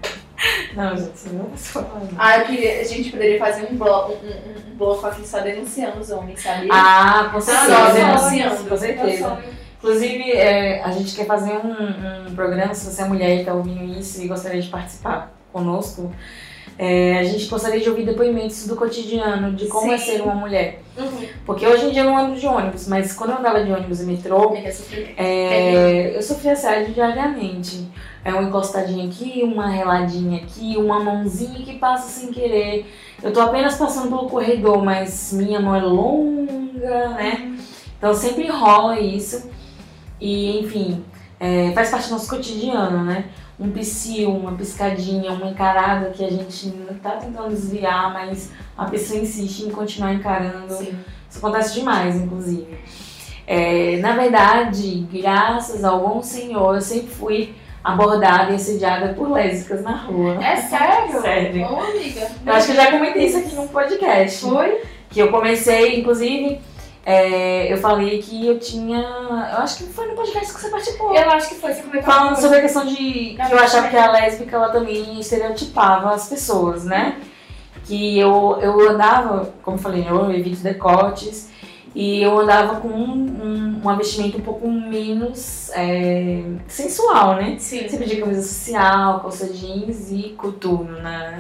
Speaker 3: Não, gente, isso não é só.
Speaker 4: Ah, eu queria, a gente poderia fazer um bloco, um, um, um bloco aqui só denunciando os homens, sabia?
Speaker 3: Ah, com certeza,
Speaker 4: Só
Speaker 3: denunciando,
Speaker 4: denunciando,
Speaker 3: com certeza. Inclusive, é, a gente quer fazer um, um programa, se você é mulher e está ouvindo isso e gostaria de participar conosco, é, a gente gostaria de ouvir depoimentos do cotidiano, de como é
Speaker 4: Sim.
Speaker 3: ser uma mulher.
Speaker 5: Uhum.
Speaker 3: Porque hoje em dia eu não ando de ônibus, mas quando eu andava de ônibus e metrô,
Speaker 4: Amiga, sofrimento.
Speaker 3: é, eu sofria assédio diariamente. É uma encostadinha aqui, uma reladinha aqui, uma mãozinha que passa sem querer. Eu tô apenas passando pelo corredor, mas minha mão é longa, né? Então sempre rola isso. E, enfim, é, faz parte do nosso cotidiano, né? Um psiu, uma piscadinha, uma encarada que a gente não tá tentando desviar, mas a pessoa insiste em continuar encarando.
Speaker 4: Sim.
Speaker 3: Isso acontece demais, inclusive. É, na verdade, graças ao bom Senhor, eu sempre fui abordada e assediada por lésbicas na rua.
Speaker 5: É sério?
Speaker 3: Sério.
Speaker 4: Ô, amiga.
Speaker 3: Eu acho que eu já comentei isso aqui num podcast.
Speaker 4: Foi?
Speaker 3: Que eu comecei, inclusive, é, eu falei que eu tinha. Eu acho que foi no podcast que você participou.
Speaker 5: Eu acho que foi, você comentou.
Speaker 3: Falando sobre a questão de que eu achava que a lésbica ela também estereotipava as pessoas, né? Que eu, eu andava, como eu falei, eu evito decotes e eu andava com um, um, uma vestimenta um pouco menos é, sensual, né?
Speaker 4: Sim.
Speaker 3: Sempre de camisa social, calça jeans e coturno, né?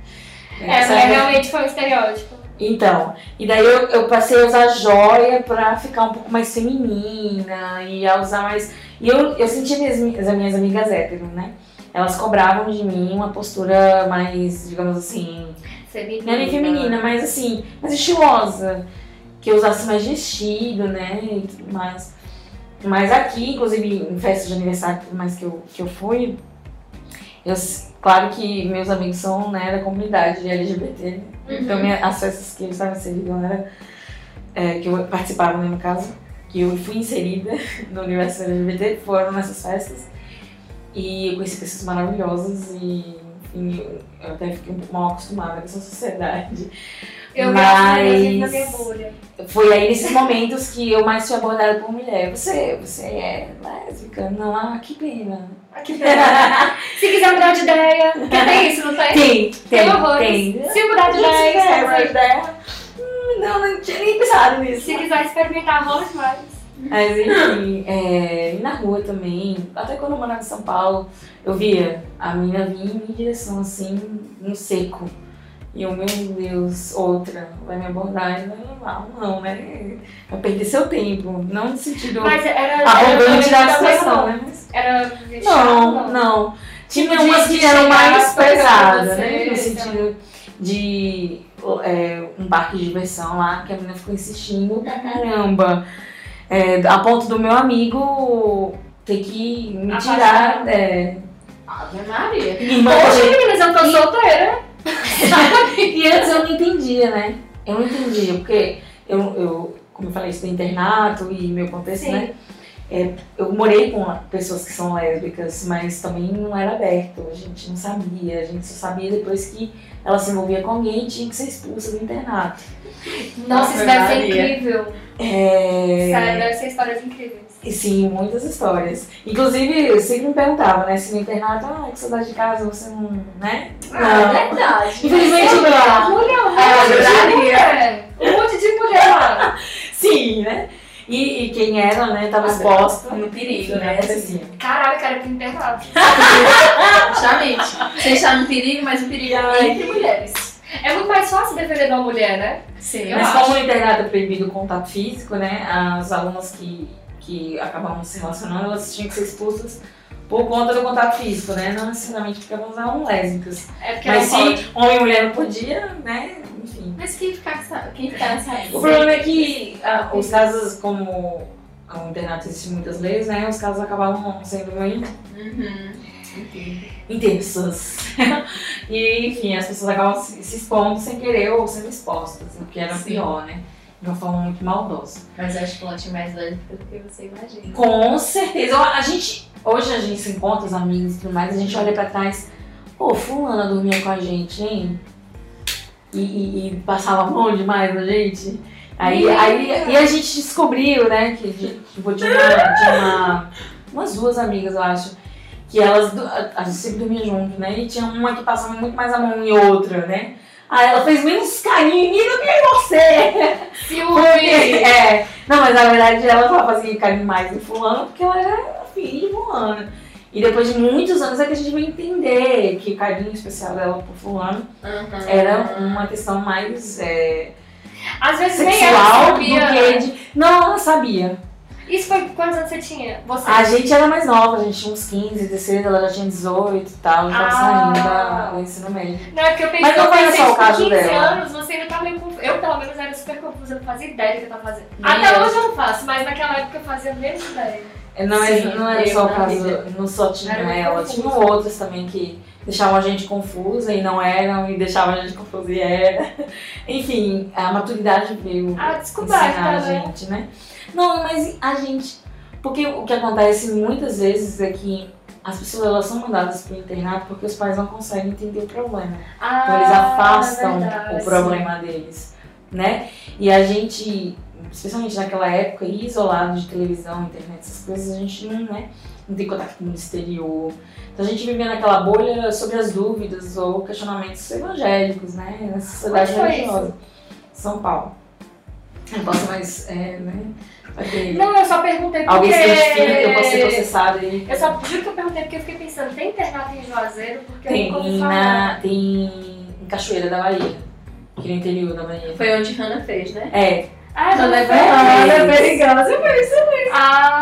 Speaker 5: É,
Speaker 3: Essa
Speaker 5: mas
Speaker 3: é-
Speaker 5: realmente foi um estereótipo.
Speaker 3: Então, e daí eu, eu passei a usar joia pra ficar um pouco mais feminina e a usar mais. E eu, eu sentia minhas, as minhas amigas héteros, né? Elas cobravam de mim uma postura mais, digamos assim,
Speaker 5: Feminina.
Speaker 3: não é nem feminina, mas assim, mais estilosa. Que eu usasse mais vestido, né? E tudo mais. Mas aqui, inclusive em festas de aniversário e tudo mais que eu, que eu fui, eu, claro que meus amigos são, né, da comunidade L G B T, né? Então minha, as festas que eles estavam inseridos era, é, que eu participava, né, no caso, que eu fui inserida no universo L G B T, foram nessas festas. E eu conheci pessoas maravilhosas e, enfim, eu, eu até fiquei um pouco mal acostumada com essa sociedade.
Speaker 5: Eu
Speaker 3: Mas-
Speaker 5: vivo na minha bolha.
Speaker 3: Foi aí nesses momentos que eu mais fui abordada por mulher. Você, você é lésbica? Não, ah, que pena.
Speaker 5: Aqui Se quiser mudar de ideia, porque tem isso, não tem?
Speaker 3: Tem, tem,
Speaker 5: horrores.
Speaker 3: tem.
Speaker 5: Se mudar de
Speaker 3: Se
Speaker 5: ideia,
Speaker 3: quiser
Speaker 5: você
Speaker 3: mudar de
Speaker 5: vai.
Speaker 3: ideia. Hum, Não, não tinha nem pensado nisso.
Speaker 5: Se quiser experimentar, rola demais.
Speaker 3: Mas enfim, é, e na rua também, até quando eu morava em São Paulo, eu via a menina vir em minha direção assim, no seco. E eu, meu Deus, outra, vai me abordar e vai levar. Não, né? Vai perder seu tempo. Não no sentido
Speaker 5: Mas era.
Speaker 3: arrogante
Speaker 5: era
Speaker 3: da
Speaker 5: também
Speaker 3: situação,
Speaker 5: não.
Speaker 3: né? Mas,
Speaker 5: Era vexame,
Speaker 3: não, não. Tinha
Speaker 5: Tipo,
Speaker 3: umas
Speaker 5: de
Speaker 3: que eram
Speaker 5: chegar
Speaker 3: mais
Speaker 5: as coisas pra
Speaker 3: pesadas,
Speaker 5: você,
Speaker 3: né? No
Speaker 5: então.
Speaker 3: sentido de é, um parque de diversão lá, que a menina ficou insistindo pra caramba. É, a ponto do meu amigo ter que me
Speaker 5: Afastar.
Speaker 3: tirar. É,
Speaker 4: Ave Maria.
Speaker 3: irmã,
Speaker 5: Poxa, meninas, eu tô solteira.
Speaker 3: E antes eu não entendia, né? Eu não entendia, porque eu, eu como eu falei, estudei internato e meu contexto,
Speaker 5: Sim.
Speaker 3: né? É, eu morei com pessoas que são lésbicas, mas também não era aberto, a gente não sabia, a gente só sabia depois que ela se envolvia com alguém e tinha que ser expulsa do internato.
Speaker 5: Nossa, isso
Speaker 4: Ave
Speaker 5: deve ser
Speaker 4: Maria.
Speaker 5: incrível.
Speaker 3: É...
Speaker 5: Sério, deve ser histórias incríveis.
Speaker 3: E sim, muitas histórias. Inclusive, eu sempre me perguntava, né? Se no internato, ah, que saudade de casa, você não, né?
Speaker 4: Ah, é verdade.
Speaker 3: Infelizmente não.
Speaker 5: Mulher, um
Speaker 4: É,
Speaker 5: monte de
Speaker 4: adoraria.
Speaker 5: mulher. Um monte de mulher lá.
Speaker 3: Sim, né? E, e quem era, né, tava exposta.
Speaker 4: No perigo,
Speaker 3: Enfim,
Speaker 4: né?
Speaker 3: acontecia.
Speaker 5: Caralho, eu quero ir pro internato.
Speaker 4: Justamente. Você está no perigo, mas o perigo é entre mulheres.
Speaker 5: É muito mais fácil defender de uma mulher, né?
Speaker 4: Sim,
Speaker 3: Mas
Speaker 5: acho.
Speaker 3: como no internato é proibido o contato físico, né, as alunas que, que acabavam se relacionando, elas tinham que ser expulsas por conta do contato físico, né? Não necessariamente porque elas eram lésbicas.
Speaker 5: É porque
Speaker 3: Mas
Speaker 5: não
Speaker 3: se
Speaker 5: pode.
Speaker 3: homem e mulher não podia, né? Enfim.
Speaker 4: Mas quem ficar, quem ficar nessa
Speaker 3: O problema é que ah, os casos, como o internato existe muitas leis, né? Os casos acabavam sendo muito
Speaker 4: Uhum. Entendi.
Speaker 3: intensos. E, enfim, as pessoas acabam se se expondo sem querer ou sendo expostas, o que era
Speaker 4: Sim.
Speaker 3: pior, né? De uma forma muito maldosa.
Speaker 4: Mas eu acho que o Lote é mais lésbica do que você imagina.
Speaker 3: Com certeza. A gente, hoje a gente se encontra, os amigos e tudo mais, a gente olha pra trás, pô, fulana dormia com a gente, hein? E, e, e passava a mão demais na gente. Aí, aí, e a gente descobriu, né, que tipo, tinha, uma, tinha uma, umas duas amigas, eu acho, que elas, du- a a gente sempre dormia junto, né, e tinha uma que passava muito mais a mão em outra, né. Aí ela fez menos carinho em mim do que em você.
Speaker 5: Ciúme!
Speaker 3: É, não, mas na verdade ela só fazia carinho mais em fulano porque ela era filha de fulano. E depois de muitos anos é que a gente veio entender que o carinho especial dela por fulano
Speaker 4: Uhum.
Speaker 3: era uma questão mais é,
Speaker 5: Às vezes nem ela
Speaker 3: sexual do
Speaker 5: sabia.
Speaker 3: que de... Não, ela sabia.
Speaker 5: Isso foi quantos anos você tinha? Você?
Speaker 3: A gente era mais nova, a gente tinha uns quinze, dezesseis, ela já tinha dezoito e tal, já
Speaker 5: Ah.
Speaker 3: saindo da- do ensino médio.
Speaker 5: Não, é porque eu pensei,
Speaker 3: Mas não
Speaker 5: eu
Speaker 3: foi
Speaker 5: pensei
Speaker 3: só o
Speaker 5: que com
Speaker 3: caso
Speaker 5: quinze
Speaker 3: dela.
Speaker 5: anos você ainda tá meio confusa. Eu, pelo menos, era super confusa, não fazia ideia do que eu tava fazendo.
Speaker 3: Nem
Speaker 5: Até
Speaker 3: eu.
Speaker 5: hoje eu não faço, mas naquela época eu fazia menos ideia.
Speaker 3: É, Não, mas
Speaker 4: Sim,
Speaker 3: não era
Speaker 4: eu
Speaker 3: só o
Speaker 4: na
Speaker 3: caso,
Speaker 4: vida.
Speaker 3: não só tinha
Speaker 5: Era muito
Speaker 3: ela,
Speaker 5: confuso.
Speaker 3: tinham outras também que deixavam a gente confusa e não eram, e deixavam a gente confusa e era. Enfim, a maturidade veio
Speaker 5: A descoberta,
Speaker 3: ensinar a
Speaker 5: né?
Speaker 3: gente, né? Não, mas a gente... Porque o que acontece muitas vezes é que as pessoas elas são mandadas para o internato porque os pais não conseguem entender o problema.
Speaker 5: Ah,
Speaker 3: Então eles afastam
Speaker 5: verdade,
Speaker 3: o problema deles, né? E a gente, especialmente naquela época, ir isolado de televisão, internet, essas coisas, a gente não, né, não tem contato com o exterior. Então a gente vivia naquela bolha sobre as dúvidas ou questionamentos evangélicos, né? Nessa sociedade
Speaker 5: Onde foi
Speaker 3: religiosa. São Paulo. Eu não posso mais, é, né? Aquele...
Speaker 5: Não, eu só perguntei porque...
Speaker 3: Alguém se identifica, eu posso ser processado aí.
Speaker 5: Eu só juro que eu perguntei porque eu fiquei pensando, tem internato em Juazeiro? Porque eu
Speaker 3: Tem,
Speaker 5: nunca ouvi falar.
Speaker 3: na, tem em Cachoeira da Bahia, aqui no interior da Bahia.
Speaker 4: Foi onde Hannah fez, né?
Speaker 3: É,
Speaker 5: Ah,
Speaker 4: Hannah é
Speaker 5: foi?
Speaker 3: Hannah é
Speaker 4: perigosa, foi isso mesmo.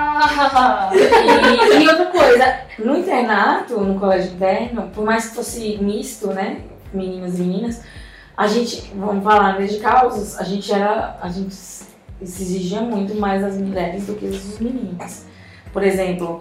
Speaker 5: Ah!
Speaker 3: e, e outra coisa, no internato, no colégio interno, por mais que fosse misto, né, meninas e meninas, a gente, vamos falar desde causas, a gente era, a gente se exigia muito mais das mulheres do que dos meninos. Por exemplo,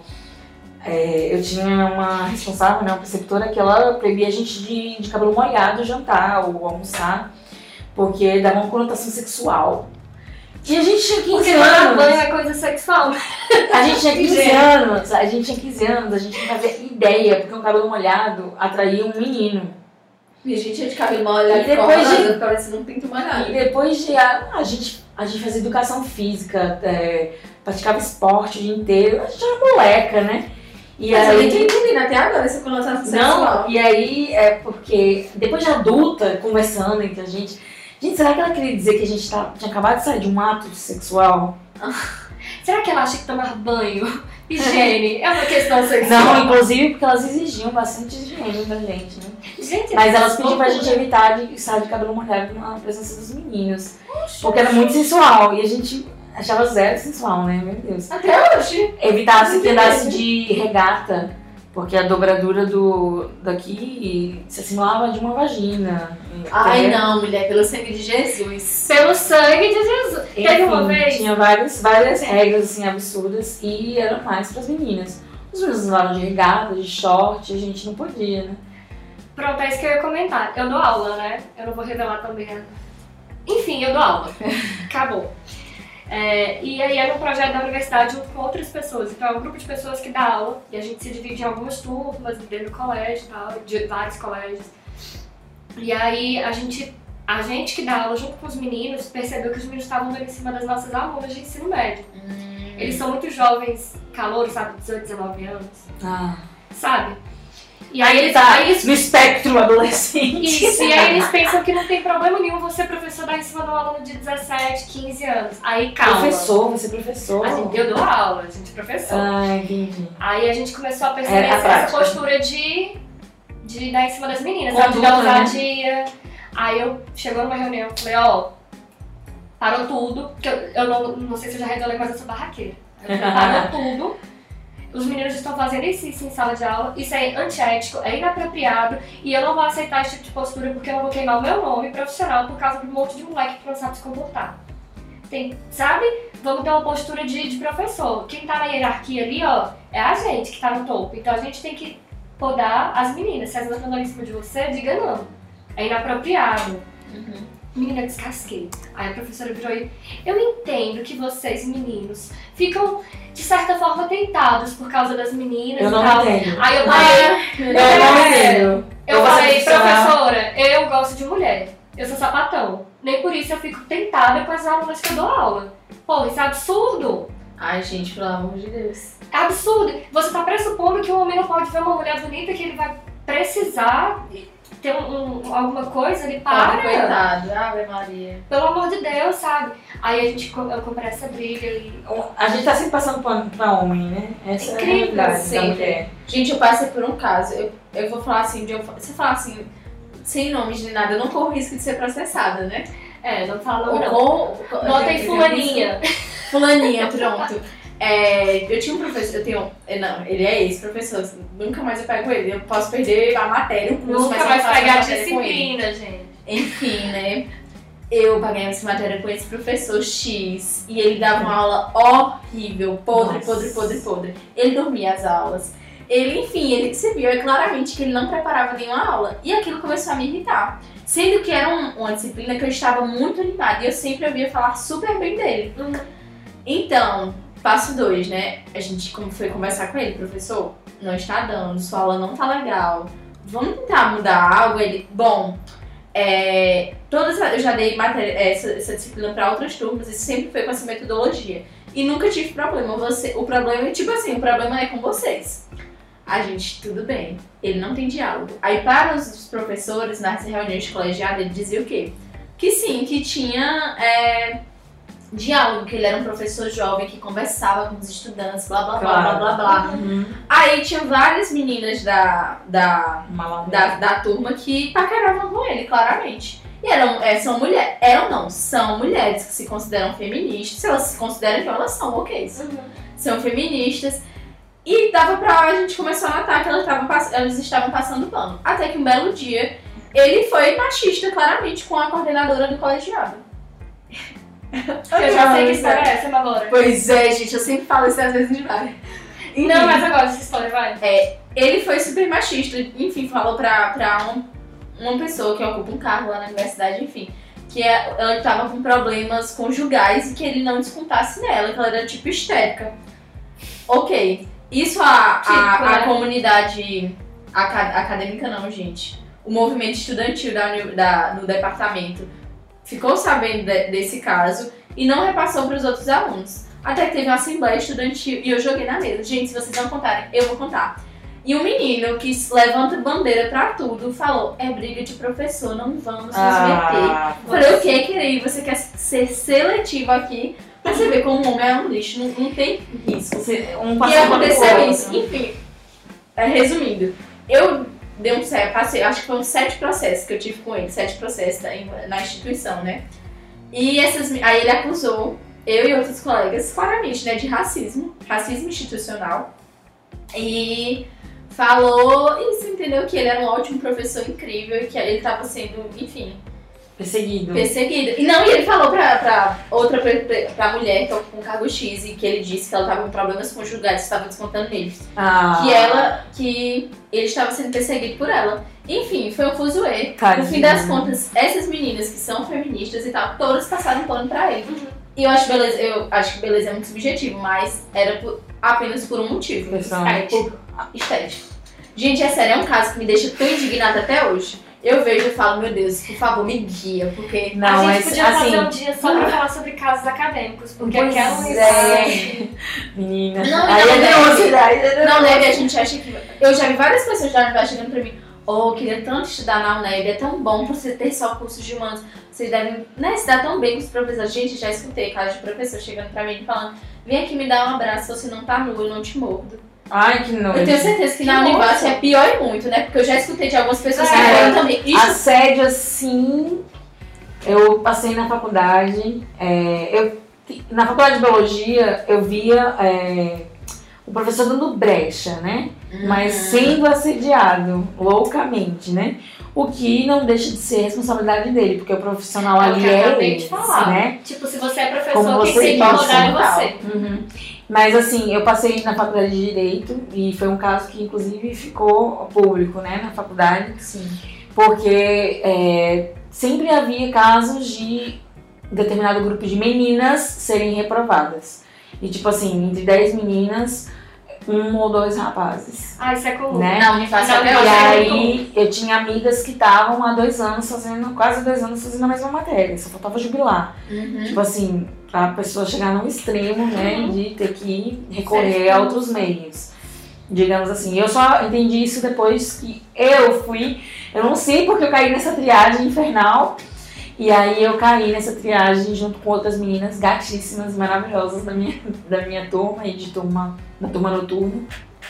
Speaker 3: é, eu tinha uma responsável, né, uma preceptora, que ela proibia a gente de, de cabelo molhado jantar ou almoçar, porque dava uma conotação sexual. E a gente tinha quinze
Speaker 5: Porque tomar
Speaker 3: anos.
Speaker 5: banho é coisa sexual.
Speaker 3: A gente tinha quinze anos, a gente tinha quinze anos, a gente não fazia ideia, porque um cabelo molhado atraía um menino.
Speaker 4: E a gente tinha de cabelo molhado,
Speaker 3: E depois de-
Speaker 4: de... parecendo um pinto molhado.
Speaker 3: E depois de. A, a, gente, a gente fazia educação física, é, praticava esporte o dia inteiro, a gente era moleca, né? E
Speaker 4: Mas eu nem tô
Speaker 3: aí.
Speaker 4: entendendo até agora essa conotação sexual.
Speaker 3: Não, e aí é porque depois de adulta, conversando entre a gente. Gente, será que ela queria dizer que a gente tá, tinha acabado de sair de um ato sexual?
Speaker 5: Será que ela acha que tomar banho, higiene, é uma questão sexual?
Speaker 3: Não, inclusive porque elas exigiam bastante higiene da gente, né?
Speaker 5: Gente,
Speaker 3: Mas
Speaker 5: é
Speaker 3: elas pediam pra gente
Speaker 5: loucura.
Speaker 3: evitar de sair de cabelo molhado na presença dos meninos. Porque era muito sensual. E a gente achava zero sensual, né? Meu Deus.
Speaker 4: Até hoje.
Speaker 3: Evitasse que andasse de regata. Porque a dobradura do, daqui se assimilava de uma vagina.
Speaker 4: Ai,
Speaker 3: entendeu?
Speaker 4: não, mulher, pelo sangue de Jesus.
Speaker 5: Pelo sangue de Jesus. Teve uma
Speaker 3: Enfim,
Speaker 5: vez.
Speaker 3: tinha várias, várias regras assim, absurdas e eram mais pras meninas. Os meninos usavam de regata, de short, a gente não podia, né?
Speaker 5: Pronto, é isso que eu ia comentar. Eu dou aula, né? Eu não vou revelar também. a- Enfim, eu dou aula. Acabou. É, e aí é um projeto da universidade junto com outras pessoas. Então é um grupo de pessoas que dá aula e a gente se divide em algumas turmas dentro do colégio e tal, de vários colégios. E aí a gente, a gente que dá aula junto com os meninos percebeu que os meninos estavam dando em cima das nossas alunas de ensino médio. Eles são muito jovens, calouros, sabe? dezoito, dezenove anos,
Speaker 3: Ah.
Speaker 5: sabe? E aí eles,
Speaker 3: tá
Speaker 5: aí eles
Speaker 3: no espectro adolescente.
Speaker 5: Isso, e aí eles pensam que não tem problema nenhum você professor dar em cima de um aluno de dezessete, quinze anos. Aí calma.
Speaker 3: Professor, você é professor.
Speaker 5: A gente, eu dou aula, a gente é professor.
Speaker 3: Ah, entendi.
Speaker 5: Aí a gente começou a perceber
Speaker 3: É, a
Speaker 5: essa
Speaker 3: prática.
Speaker 5: postura de, de dar em cima das meninas,
Speaker 3: Conduta,
Speaker 5: sabe? De dar
Speaker 3: né?
Speaker 5: ousadia. Aí eu, chegou numa reunião, falei, ó, parou tudo, porque eu, eu não, não sei se eu já revelei, mas eu sou barraqueira. Eu falei, parou tudo. os meninos estão fazendo isso, isso em sala de aula, isso é antiético, é inapropriado, e eu não vou aceitar esse tipo de postura porque eu não vou queimar o meu nome profissional por causa de um monte de moleque que não sabe se comportar. Tem, sabe? Vamos ter uma postura de, de professor. Quem tá na hierarquia ali, ó, é a gente que tá no topo. Então a gente tem que podar as meninas. Se elas não estão em cima de você, diga não. É inapropriado.
Speaker 4: Uhum.
Speaker 5: Menina, descasquei. Aí a professora virou e... Eu entendo que vocês, meninos, ficam, de certa forma, tentados por causa das meninas
Speaker 3: Eu
Speaker 5: e
Speaker 3: não
Speaker 5: tal.
Speaker 3: entendo.
Speaker 5: Aí eu falei...
Speaker 3: Eu não entendo.
Speaker 5: Eu
Speaker 3: Eu
Speaker 5: falei,
Speaker 3: gosto de
Speaker 5: professora, eu gosto de mulher. Eu sou sapatão. Nem por isso eu fico tentada com as alunas que eu dou aula. Porra, isso é absurdo.
Speaker 4: Ai, gente, pelo amor de Deus.
Speaker 5: É absurdo. Você tá pressupondo que um homem não pode ver uma mulher bonita, que ele vai precisar ter um, um, alguma coisa ali para.
Speaker 4: Pobre coitado, Ave Maria.
Speaker 5: Pelo amor de Deus, sabe? Aí a gente co- eu comprei essa briga e...
Speaker 3: A gente tá sempre passando pano pra homem, né? Essa
Speaker 5: Incrível,
Speaker 3: é a realidade da
Speaker 4: sempre.
Speaker 3: mulher.
Speaker 4: Gente, eu passei por um caso, eu, eu vou falar assim, de eu, se eu falar assim, sem nomes de nada, eu não corro risco de ser processada, né?
Speaker 5: É, não fala
Speaker 4: Ou
Speaker 5: não.
Speaker 4: com-
Speaker 5: Bota aí
Speaker 4: eu- eu-
Speaker 5: fulaninha.
Speaker 4: Fulaninha, pronto. É, eu tinha um professor, eu tenho, não, ele é ex-professor, assim, nunca mais eu pego ele, eu posso perder a matéria, o curso,
Speaker 5: Nunca
Speaker 4: mas
Speaker 5: vai
Speaker 4: eu faço
Speaker 5: pegar a
Speaker 4: matéria com ele.
Speaker 5: disciplina, gente.
Speaker 4: Enfim, né? Eu paguei essa matéria com esse professor X e ele dava uma aula horrível, podre,
Speaker 3: Nossa.
Speaker 4: podre, podre, podre. Ele dormia as aulas. Ele, enfim, ele se viu é claramente que ele não preparava nenhuma aula. E aquilo começou a me irritar. Sendo que era um- uma disciplina que eu estava muito animada e eu sempre ouvia falar super bem dele.
Speaker 5: Uhum.
Speaker 4: Então, passo dois, né? A gente como foi conversar com ele, professor, não está dando, sua aula não tá legal. Vamos tentar mudar algo? Ele, bom, é, todas, eu já dei matéria, essa, essa disciplina para outras turmas e sempre foi com essa metodologia. E nunca tive problema. Você, o problema é tipo assim, o problema é com vocês. A gente, tudo bem, ele não tem diálogo. Aí para os professores, nas reuniões de colegiado, ele dizia o quê? Que sim, que tinha é, diálogo, que ele era um professor jovem que conversava com os estudantes, blá blá blá
Speaker 3: Claro.
Speaker 4: blá blá blá.
Speaker 3: Uhum.
Speaker 4: Aí tinha várias meninas da, da,
Speaker 3: Malandro.
Speaker 4: da, da turma que paqueravam com ele, claramente. E eram, é, são mulheres, eram não, são mulheres que se consideram feministas, se elas se consideram então elas são ok.
Speaker 5: Uhum.
Speaker 4: São feministas. E dava pra a gente começar a notar que elas, tavam, pass- elas estavam passando pano. Até que um belo dia, ele foi machista, claramente, com a coordenadora do colegiado.
Speaker 5: Eu já sei que história é essa, Malora.
Speaker 4: Pois é, gente, eu sempre falo isso às vezes de várias.
Speaker 5: Não, mas eu gosto dessa história, vai.
Speaker 4: Ele foi super machista, enfim, falou pra, pra um, uma pessoa que ocupa um cargo lá na universidade, enfim, que é- ela tava com problemas conjugais e que ele não descontasse nela, que ela era tipo histérica. Ok. Isso a,
Speaker 5: Tipo,
Speaker 4: a, a
Speaker 5: né?
Speaker 4: comunidade aca- acadêmica não, gente. O movimento estudantil da, uni- da, no departamento ficou sabendo de- desse caso e não repassou para os outros alunos. Até que teve uma assembleia estudantil e eu joguei na mesa. Gente, se vocês não contarem, eu vou contar. E um menino que se levanta bandeira pra tudo falou: é briga de professor, não vamos nos meter.
Speaker 3: Ah,
Speaker 4: Eu falei: o que, querido? Você quer ser seletivo aqui? Pra você ver como o homem é um lixo, não, não tem risco.
Speaker 3: você- um
Speaker 4: E
Speaker 3: passando pano pro
Speaker 4: aconteceu
Speaker 3: outro.
Speaker 4: isso. Enfim, é, resumindo, eu dei um sete, passei, acho que foram sete processos que eu tive com ele, sete processos da- na instituição, né? E essas, aí ele acusou eu e outros colegas, claramente, né, de racismo, racismo institucional. E falou isso, entendeu? Que ele era um ótimo professor, incrível, e que ele estava sendo, enfim,
Speaker 3: Perseguido.
Speaker 4: perseguido. E não, e ele falou pra, pra outra pra, pra mulher que ocupa um cargo X e que ele disse que ela tava com problemas conjugais, estava descontando nele.
Speaker 3: Ah.
Speaker 4: Que ela, que ele estava sendo perseguido por ela. Enfim, foi um fuzuê.
Speaker 3: Tadinho.
Speaker 4: No fim das contas, essas meninas que são feministas e tal, todas passaram pano pra ele. E eu acho beleza, eu acho que beleza é muito subjetivo, mas era por- apenas por um motivo.
Speaker 3: Questão.
Speaker 4: Por estético. Gente, é sério, é um caso que me deixa tão indignada até hoje. Eu vejo e falo, meu Deus, por favor, me guia, porque...
Speaker 3: Não,
Speaker 5: a gente
Speaker 3: mas
Speaker 5: podia
Speaker 3: assim.
Speaker 5: fazer um dia só pra falar sobre casos acadêmicos, porque
Speaker 3: Pois
Speaker 5: aquela
Speaker 3: é.
Speaker 5: universidade...
Speaker 3: Menina.
Speaker 4: Não,
Speaker 3: aí
Speaker 4: não,
Speaker 3: é
Speaker 4: não.
Speaker 3: denúncia, aí é
Speaker 4: Não,
Speaker 3: denúncia.
Speaker 4: Neb, a gente acha que... Eu já vi várias pessoas da universidade chegando pra mim. Oh, eu queria tanto estudar na UNEB, é tão bom por você ter só cursos de humanos. Vocês devem, né, se dar tão bem com os professores. Gente, já escutei casos de professor chegando pra mim falando: vem aqui me dar um abraço, se você não tá nu, eu não te mordo.
Speaker 3: Ai, que nojo.
Speaker 4: Eu tenho certeza que,
Speaker 5: Que
Speaker 4: na
Speaker 5: nojo.
Speaker 4: Univasf é pior e muito, né? Porque eu já escutei de algumas pessoas que
Speaker 3: É.
Speaker 4: falam também. Isso
Speaker 3: Assédio, assim, eu passei na faculdade, é, eu, na faculdade de biologia, eu via é, o professor dando brecha, né?
Speaker 4: Uhum.
Speaker 3: Mas sendo assediado loucamente, né? O que não deixa de ser responsabilidade dele, porque o profissional
Speaker 5: É o
Speaker 3: ali
Speaker 5: que eu
Speaker 3: é
Speaker 5: acabei de
Speaker 3: esse,
Speaker 5: falar.
Speaker 3: né?
Speaker 5: Tipo, se você é
Speaker 3: Como
Speaker 5: professor, quem
Speaker 3: você
Speaker 5: tem que
Speaker 3: passa,
Speaker 5: rodar é
Speaker 4: tal.
Speaker 5: você.
Speaker 3: Uhum. Mas assim, eu passei na faculdade de Direito e foi um caso que inclusive ficou público, né, na faculdade.
Speaker 4: Sim.
Speaker 3: Porque é, sempre havia casos de determinado grupo de meninas serem reprovadas. E tipo assim, entre dez meninas, um ou dois rapazes.
Speaker 5: Ah, isso é comum.
Speaker 3: Né?
Speaker 4: Não, me faça
Speaker 5: Não,
Speaker 4: até
Speaker 3: E
Speaker 5: Nossa,
Speaker 4: hoje.
Speaker 5: é
Speaker 3: aí eu tinha amigas que estavam há dois anos fazendo, quase dois anos fazendo a mesma matéria, só faltava jubilar.
Speaker 4: Uhum.
Speaker 3: Tipo assim, a pessoa chegar num extremo, né,
Speaker 5: Uhum.
Speaker 3: de ter que recorrer
Speaker 5: Certo.
Speaker 3: a outros meios. Digamos assim, eu só entendi isso depois que eu fui, eu não sei porque eu caí nessa triagem infernal, e aí eu caí nessa triagem junto com outras meninas gatíssimas, maravilhosas da minha, da minha turma e de turma, da turma noturna.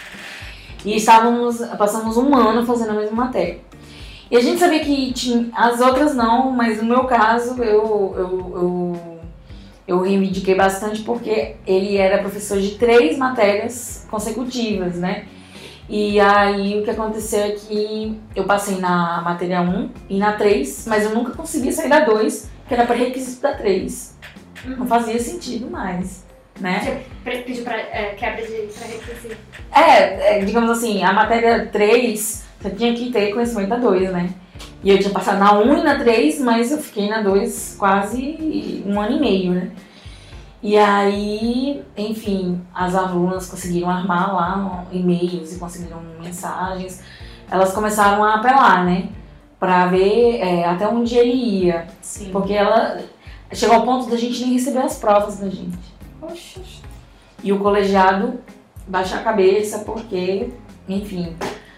Speaker 3: E estávamos, passamos um ano fazendo a mesma matéria. E a gente sabia que tinha, as outras não, mas no meu caso eu, eu, eu, eu reivindiquei bastante porque ele era professor de três matérias consecutivas, né? E aí o que aconteceu é que eu passei na matéria um e na três, mas eu nunca consegui sair da dois, que era pré-requisito da três. Não fazia sentido mais, né?
Speaker 5: Você pre- pediu pra, é, quebra de pré-requisito.
Speaker 3: É, é, digamos assim, a matéria três, você tinha que ter conhecimento da dois, né? E eu tinha passado na um e na três, mas eu fiquei na dois quase um ano e meio, né? E aí, enfim, as alunas conseguiram armar lá e-mails e conseguiram mensagens. Elas começaram a apelar, né? Pra ver é, até onde ele ia.
Speaker 4: Sim.
Speaker 3: Porque ela chegou ao ponto da gente nem receber as provas da gente.
Speaker 5: Poxa.
Speaker 3: E o colegiado baixar a cabeça porque, enfim,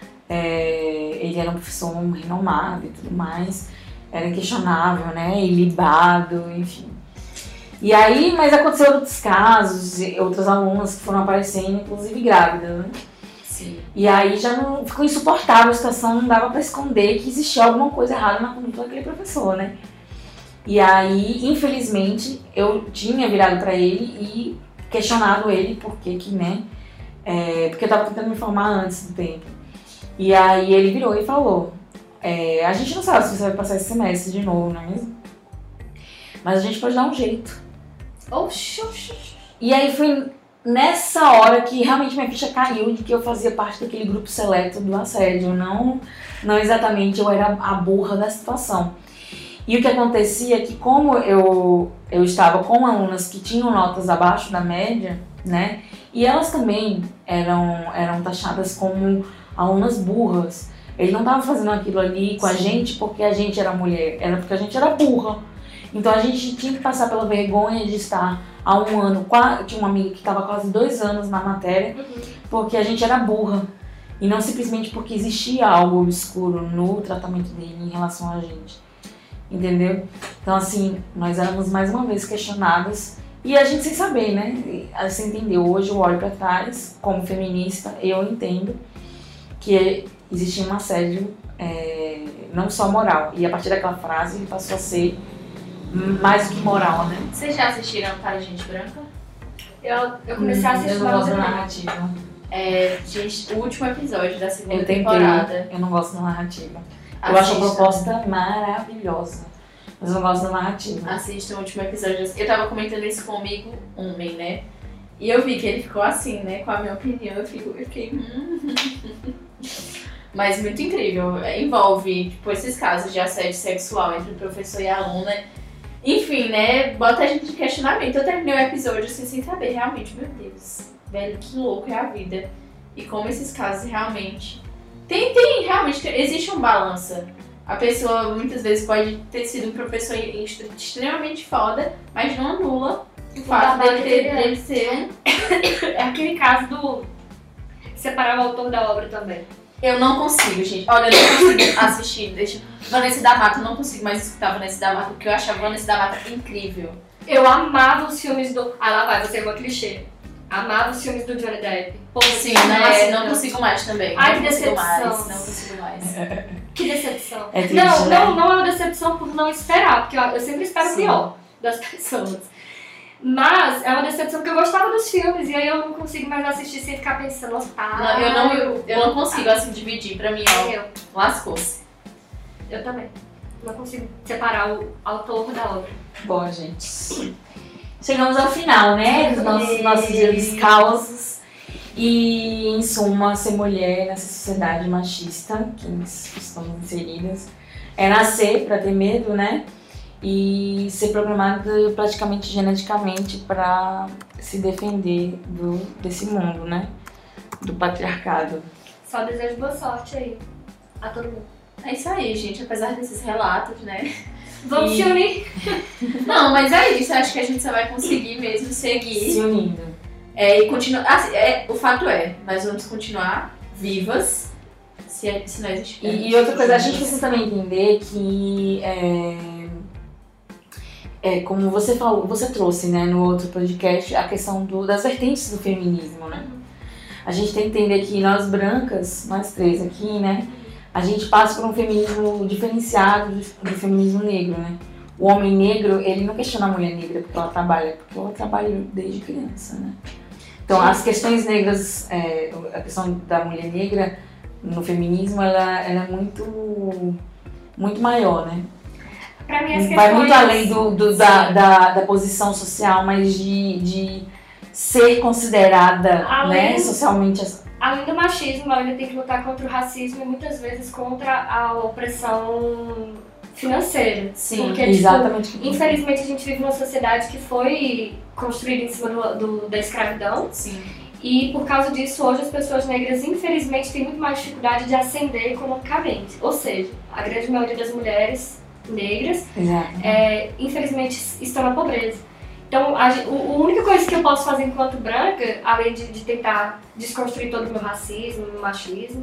Speaker 3: é, ele era um professor renomado e tudo mais, era inquestionável, né, ilibado, enfim. E aí, mas aconteceu outros casos, outras alunas que foram aparecendo, inclusive grávidas, né?
Speaker 4: Sim.
Speaker 3: E aí já não ficou insuportável a situação, não dava pra esconder que existia alguma coisa errada na conduta daquele professor, né? E aí, infelizmente, eu tinha virado pra ele e questionado ele por que que, né, é, porque eu tava tentando me informar antes do tempo. E aí ele virou e falou, é, a gente não sabe se você vai passar esse semestre de novo, não é mesmo? Mas a gente pode dar um jeito.
Speaker 5: Oxi, oxi, oxi.
Speaker 3: E aí foi nessa hora que realmente minha ficha caiu de que eu fazia parte daquele grupo seleto do assédio, não, não exatamente eu era a burra da situação. E o que acontecia é que como eu, eu estava com alunas que tinham notas abaixo da média, né, e elas também eram, eram taxadas como alunas burras. Ele não estava fazendo aquilo ali com a gente porque a gente era mulher, era porque a gente era burra. Então a gente tinha que passar pela vergonha de estar há um ano, tinha uma amiga que estava quase dois anos na matéria, porque a gente era burra. E não simplesmente porque existia algo obscuro no tratamento dele em relação a gente. Entendeu? Então assim, nós éramos mais uma vez questionadas e a gente sem saber, né? Você entendeu? Hoje eu olho pra trás, como feminista, eu entendo que existia um assédio é, não só moral. E a partir daquela frase ele passou a ser mais do que moral, né?
Speaker 4: Vocês já assistiram Para Gente Branca?
Speaker 5: Eu, eu comecei a assistir
Speaker 3: eu não
Speaker 5: mas
Speaker 3: gosto
Speaker 5: eu
Speaker 3: da
Speaker 5: não-
Speaker 3: narrativa.
Speaker 4: É, gente, o último episódio da segunda
Speaker 3: Eu tentei,
Speaker 4: temporada.
Speaker 3: eu não gosto da narrativa. Eu acho a
Speaker 4: Assistam.
Speaker 3: proposta maravilhosa, mas eu não gosto da narrativa.
Speaker 4: Assistam o último episódio. Eu tava comentando isso com um amigo homem, né? E eu vi que ele ficou assim, né? Com a minha opinião, eu, fico, eu fiquei... hum. Mas muito incrível. Envolve, tipo, esses casos de assédio sexual entre o professor e a aluna. Enfim, né? Bota a gente de questionamento. Eu terminei o episódio assim, sem saber realmente, meu Deus, velho, que louco é a vida. E como esses casos realmente... Tem, tem, realmente, existe um balança. A pessoa muitas vezes pode ter sido um professor extremamente foda, mas não anula o fato
Speaker 5: babado
Speaker 4: dele,
Speaker 5: que
Speaker 4: ter,
Speaker 5: ele é.
Speaker 4: dele ser um...
Speaker 5: É aquele caso do separar o autor da obra também.
Speaker 4: Eu não consigo, gente. Olha, eu não consigo assistir. Deixa... Vanessa da Mata, eu não consigo mais escutar Vanessa da Mata, porque eu achava Vanessa da Mata incrível.
Speaker 5: Eu amava os filmes do... Ah, lá vai, você é uma clichê. Amava os filmes do Johnny Depp. Pô,
Speaker 4: Sim,
Speaker 5: que
Speaker 4: não, assim,
Speaker 5: merda.
Speaker 4: não consigo mais também.
Speaker 5: Ai,
Speaker 4: não
Speaker 5: que
Speaker 4: consigo
Speaker 5: decepção.
Speaker 4: mais, não consigo mais.
Speaker 5: Que decepção.
Speaker 3: É triste,
Speaker 5: não,
Speaker 3: né?
Speaker 5: não, não é uma decepção por não esperar, porque eu, eu sempre espero o
Speaker 4: Sim.
Speaker 5: pior das pessoas. Mas é uma decepção porque eu gostava dos filmes e aí eu não consigo mais assistir sem ficar pensando, tá?
Speaker 4: Não, eu, não, eu, eu não consigo assim dividir, pra mim, ó,
Speaker 5: Eu,
Speaker 4: lascou-se.
Speaker 5: eu também. Não consigo separar o autor da obra.
Speaker 3: Bom, gente, chegamos ao final, né, dos nossos, nossos dias dos causos. E, em suma, ser mulher nessa sociedade machista que estamos inseridas é nascer pra ter medo, né? E ser programada praticamente geneticamente pra se defender do, desse mundo, né? Do patriarcado.
Speaker 5: Só desejo boa sorte aí a todo mundo.
Speaker 4: É isso aí, gente, apesar desses relatos, né?
Speaker 5: Vamos
Speaker 3: E-
Speaker 5: se unir.
Speaker 4: Não, mas é isso, acho que a gente só vai conseguir mesmo seguir.
Speaker 3: Se unindo.
Speaker 4: É, e continuar. Assim, é, o fato é, nós vamos continuar vivas se, se nós estivermos.
Speaker 3: E, e outra coisa, a gente precisa também entender que, é, é, como você falou, você trouxe, né, no outro podcast, a questão do, das vertentes do feminismo, né? A gente tem que entender que nós brancas, nós três aqui, né, a gente passa por um feminismo diferenciado do, do feminismo negro, né? O homem negro, ele não questiona a mulher negra porque ela trabalha, porque ela trabalha desde criança, né? Então, as questões negras, é, a questão da mulher negra no feminismo, ela, ela é muito, muito maior, né?
Speaker 5: Pra mim, as questões...
Speaker 3: Vai muito além do, do- da, da, da posição social, mas de, de ser considerada,
Speaker 5: Além-
Speaker 3: né, socialmente. as-
Speaker 5: Além do machismo, ela ainda tem que lutar contra o racismo e muitas vezes contra a opressão financeira.
Speaker 4: Sim,
Speaker 5: Porque, tipo,
Speaker 3: exatamente.
Speaker 5: infelizmente a gente vive numa sociedade que foi construída em cima do, do- da escravidão
Speaker 4: Sim.
Speaker 5: e por causa disso hoje as pessoas negras infelizmente têm muito mais dificuldade de ascender economicamente. Ou seja, a grande maioria das mulheres negras
Speaker 3: Exato.
Speaker 5: é, infelizmente estão na pobreza. Então, a, gen- o- a única coisa que eu posso fazer enquanto branca, além de, de tentar desconstruir todo o meu racismo, meu machismo,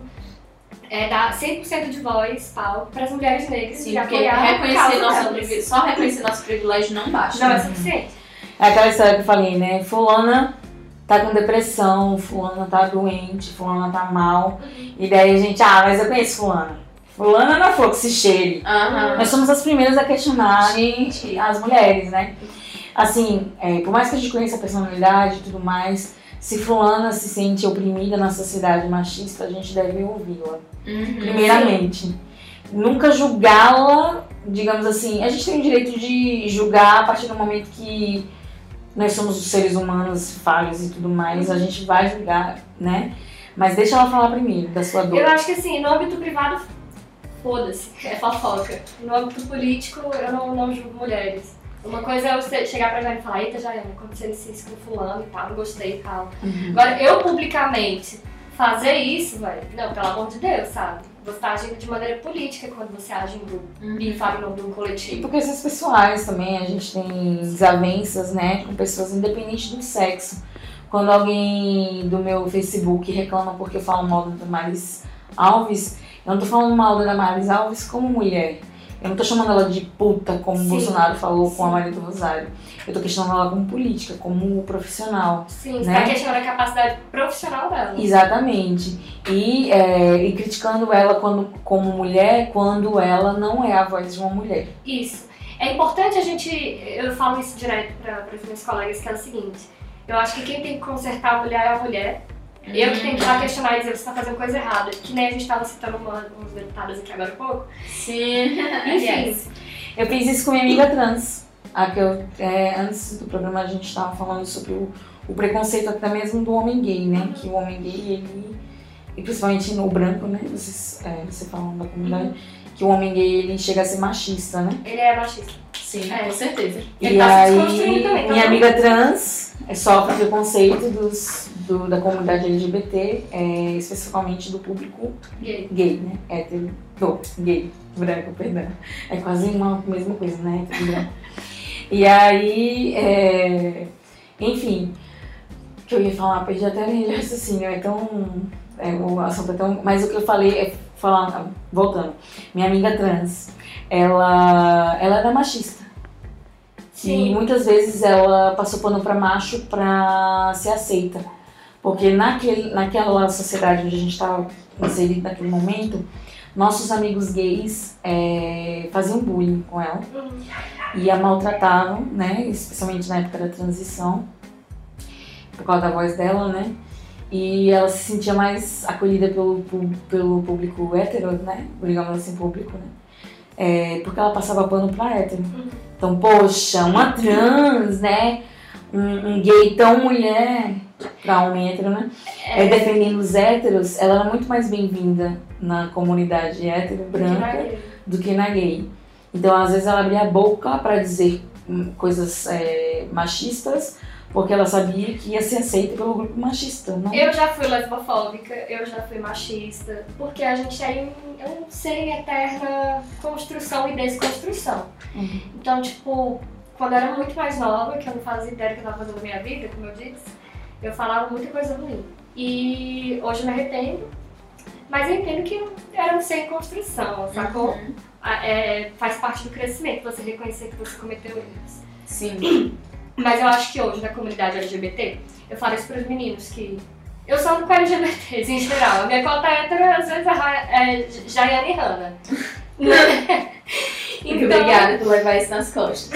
Speaker 5: é dar cem por cento de voz, palco, para as mulheres negras
Speaker 4: Sim,
Speaker 5: e
Speaker 4: porque
Speaker 5: apoiar a
Speaker 4: reconhecer
Speaker 5: causa
Speaker 4: nosso
Speaker 5: delas.
Speaker 4: privilégio, só reconhecer nosso privilégio não basta.
Speaker 5: Não é suficiente.
Speaker 3: É aquela história que eu falei, né? Fulana tá com depressão, fulana tá doente, fulana tá mal. E daí a gente, ah, mas eu conheço fulana. Fulana não falou que se cheire.
Speaker 4: Aham.
Speaker 3: Nós somos as primeiras a questionarem
Speaker 4: Gente.
Speaker 3: as mulheres, né? Assim, é, por mais que a gente conheça a personalidade e tudo mais, se fulana se sente oprimida na sociedade machista, a gente deve ouvi-la.
Speaker 4: Uhum.
Speaker 3: Primeiramente. Nunca julgá-la, digamos assim, a gente tem o direito de julgar a partir do momento que nós somos seres humanos falhos e tudo mais, a gente vai julgar, né? Mas deixa ela falar primeiro da sua dor.
Speaker 5: Eu acho que assim, no âmbito privado, foda-se, é fofoca. No âmbito político, eu não, não julgo mulheres. Uma coisa é você chegar pra Jane e falar, eita, Jane, aconteceu isso com fulano e tal, não gostei e tal.
Speaker 3: Uhum.
Speaker 5: Agora, eu publicamente fazer isso, velho, não, pelo amor de Deus, sabe? Você tá agindo de maneira política quando você age em grupo e fala em nome de um
Speaker 3: E
Speaker 5: coletivo.
Speaker 3: por questões pessoais também, a gente tem desavenças, né, com pessoas independente do sexo. Quando alguém do meu Facebook reclama porque eu falo mal da Damares Alves, eu não tô falando mal da Damares Alves como mulher. Eu não tô chamando ela de puta, como o
Speaker 5: Sim,
Speaker 3: Bolsonaro falou
Speaker 5: sim.
Speaker 3: com a Maria do Rosário. Eu tô questionando ela como política, como profissional.
Speaker 5: Sim, você
Speaker 3: né?
Speaker 5: tá questionando a capacidade profissional dela.
Speaker 3: Exatamente. E, é, e criticando ela quando, como mulher, quando ela não é a voz de uma mulher.
Speaker 5: Isso. É importante a gente, eu falo isso direto para os meus colegas, que é o seguinte, eu acho que quem tem que consertar a mulher é a mulher. Eu que tenho que ir lá questionar e dizer, você tá fazendo coisa errada. Que nem a gente tava citando uma, umas deputadas aqui agora há pouco.
Speaker 4: Sim.
Speaker 5: Enfim,
Speaker 4: Aliás.
Speaker 3: Eu fiz isso com minha amiga trans. A que eu, é, antes do programa a gente estava falando sobre o, o preconceito até mesmo do homem gay, né? Que o homem gay, ele, e principalmente no branco, né? Vocês, é, você falando da comunidade, que o homem gay ele chega a ser machista, né?
Speaker 5: ele é machista.
Speaker 4: Sim,
Speaker 5: É.
Speaker 4: com certeza.
Speaker 5: Ele
Speaker 3: E
Speaker 5: tá se
Speaker 3: aí,
Speaker 5: desconstruindo também, tá
Speaker 3: minha
Speaker 5: bom?
Speaker 3: amiga trans é, sofre preconceito dos, do, da comunidade L G B T, é, especificamente do público
Speaker 5: Gay.
Speaker 3: gay, né? Hétero, não, gay, branco, perdão. É quase uma mesma coisa, né? Hétero, branco. E aí, é, enfim, o que eu ia falar, perdi até a linha de raciocínio, é tão, é, o assunto é tão, mas o que eu falei é, falando, voltando, minha amiga trans, ela, ela era machista.
Speaker 5: Sim.
Speaker 3: E muitas vezes ela passou pano pra macho pra ser aceita. Porque naquele, naquela sociedade onde a gente estava inserido naquele momento, nossos amigos gays é, faziam bullying com ela
Speaker 5: Uhum.
Speaker 3: e a maltratavam, né? Especialmente na época da transição, por causa da voz dela, né? E ela se sentia mais acolhida pelo, pelo público hétero, né? Digamos assim, público, né? É, porque ela passava pano pra hétero.
Speaker 5: Uhum.
Speaker 3: Então, poxa, uma trans, né? Um, um gay tão mulher pra homem hétero, né? É, defendendo os héteros, ela era muito mais bem-vinda na comunidade hétero branca do que na gay. Então, às vezes, ela abria a boca pra dizer hum, coisas é, machistas, porque ela sabia que ia ser aceita pelo grupo machista, não?
Speaker 5: Eu já fui lesbofóbica, eu já fui machista, porque a gente é, em, é um ser em eterna construção e desconstrução.
Speaker 3: Uhum.
Speaker 5: Então, tipo, quando eu era muito mais nova, que eu não fazia ideia do que eu tava fazendo na minha vida, como eu disse, eu falava muita coisa ruim. E hoje eu me arrependo, mas eu entendo que era um ser em construção, sacou?
Speaker 4: Uhum.
Speaker 5: É, faz parte do crescimento você reconhecer que você cometeu erros.
Speaker 4: Sim.
Speaker 5: Mas eu acho que hoje, na comunidade L G B T, eu falo isso pros meninos, que eu sou com L G B Ts em geral. A minha cota hétero, às vezes, é Jaiane e Hanna.
Speaker 4: Muito obrigada por levar isso nas costas.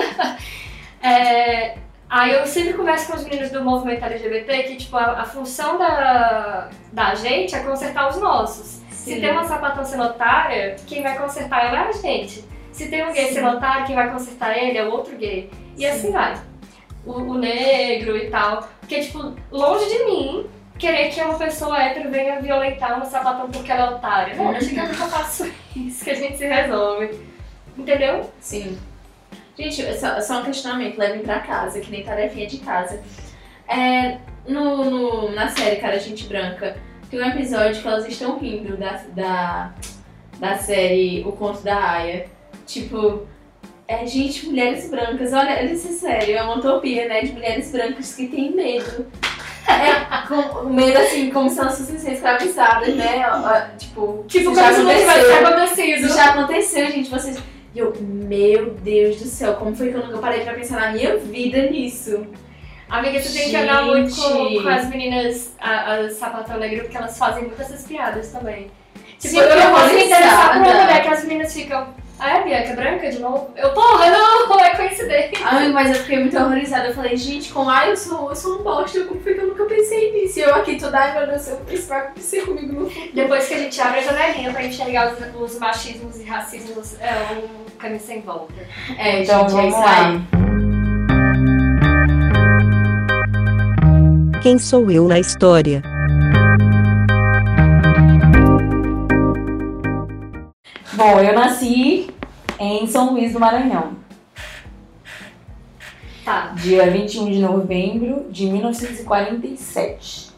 Speaker 5: é, aí eu sempre converso com os meninos do movimento L G B T que, tipo, a, a função da, da gente é consertar os nossos.
Speaker 4: Sim.
Speaker 5: Se tem uma sapatão sendo otária, quem vai consertar ela é a gente. Se tem um gay sendo otário, quem vai consertar ele é o outro gay. E
Speaker 4: Sim.
Speaker 5: assim vai. O, o negro e tal. Porque, tipo, longe de mim querer que uma pessoa hétero venha violentar uma sapatão porque ela é otária. Não, eu chego que eu faço isso, que a gente se resolve. Entendeu?
Speaker 4: Sim. Gente, é só, só um questionamento, levem pra casa, que nem tarefinha de casa. É, no, no, na série Cara Gente Branca, tem um episódio que elas estão rindo da, da, da série O Conto da Aya. Tipo, é, gente, mulheres brancas, olha, olha isso é sério, é uma utopia, né, de mulheres brancas que têm medo. É, com, medo assim, como se elas fossem ser escravizadas, né, ó, tipo,
Speaker 5: Tipo,
Speaker 4: isso
Speaker 5: como se não tivesse
Speaker 4: aconteceu.
Speaker 5: acontecido.
Speaker 4: Isso já aconteceu, gente, vocês... E eu, meu Deus do céu, como foi que eu nunca parei pra pensar na minha vida nisso?
Speaker 5: Amiga, você tem que andar muito com,
Speaker 4: Gente.
Speaker 5: com as meninas, a- as sapatão negro, porque elas fazem muitas essas piadas também. Tipo,
Speaker 4: Sim,
Speaker 5: eu não posso me interessar por uma
Speaker 4: horrorizada.
Speaker 5: mulher que as meninas ficam... Ah, é a Bianca branca de novo? Eu, porra, não, é coincidência.
Speaker 4: Ai, mas eu fiquei muito horrorizada. Eu falei, gente, como ai, eu sou, eu sou um bosta, como foi que eu nunca pensei nisso? E eu aqui toda, ai meu Deus, eu isso vai acontecer comigo no futuro.
Speaker 5: Depois que a gente abre a janelinha pra enxergar os, os machismos e racismos, é um caminho sem volta.
Speaker 4: É,
Speaker 3: Então
Speaker 4: gente, é
Speaker 3: vamos
Speaker 4: isso
Speaker 3: lá.
Speaker 4: aí.
Speaker 2: Quem sou eu na história?
Speaker 3: Bom, eu nasci em São Luís do Maranhão,
Speaker 5: Tá.
Speaker 3: dia vinte e um de novembro de mil novecentos e quarenta e sete.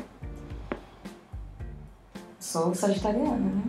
Speaker 3: Sou sagitariana, né?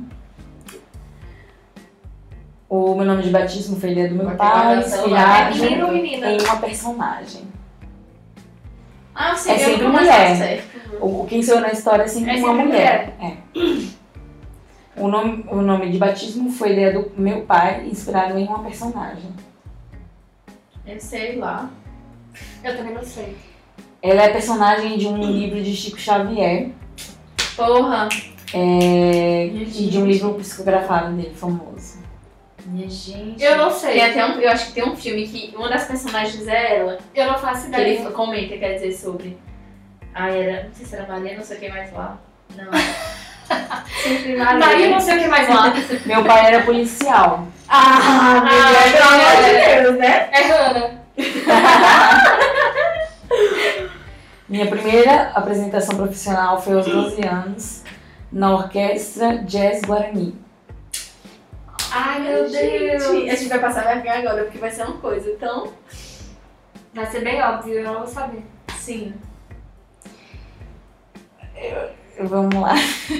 Speaker 3: O meu nome de batismo foi ideia do meu
Speaker 4: Vai
Speaker 3: pai,
Speaker 4: pegar o celular.
Speaker 3: inspirado
Speaker 5: É menino ou menina?
Speaker 3: em uma personagem.
Speaker 4: Ah, sim,
Speaker 3: É
Speaker 4: eu
Speaker 3: sempre
Speaker 4: não
Speaker 3: mulher.
Speaker 4: acho certo.
Speaker 3: O quem sou eu na história é sempre
Speaker 5: É
Speaker 3: uma
Speaker 5: sempre
Speaker 3: mulher. É. O nome, o nome de batismo foi ideia do meu pai, inspirado em uma personagem.
Speaker 4: Eu sei lá.
Speaker 5: Eu também não sei.
Speaker 3: Ela é personagem de um livro de Chico Xavier
Speaker 4: Porra.
Speaker 3: é,
Speaker 4: Minha
Speaker 3: e de um
Speaker 4: gente.
Speaker 3: livro psicografado dele, famoso.
Speaker 4: Minha gente.
Speaker 5: Eu não sei.
Speaker 4: Tem até um, eu acho que tem um filme que uma das personagens é ela.
Speaker 5: Eu não faço
Speaker 4: Que
Speaker 5: ideia.
Speaker 4: ele comenta, quer dizer, sobre. Ah, era. Não sei se era Maria, não sei o que mais lá. Não. Sempre Maria.
Speaker 5: Maria, não sei o que mais lá.
Speaker 3: Meu pai era policial.
Speaker 4: Ah, meu
Speaker 5: Ah,
Speaker 4: Deus, pelo amor de
Speaker 5: é.
Speaker 4: Deus, né?
Speaker 5: É Hannah.
Speaker 3: Minha primeira apresentação profissional foi aos doze anos, na Orquestra Jazz Guarani.
Speaker 5: Ai, meu Deus.
Speaker 4: Gente, a gente vai passar vergonha agora, porque vai ser uma coisa, então.
Speaker 5: Vai ser bem óbvio, eu não vou saber.
Speaker 4: Sim.
Speaker 3: Vamos lá.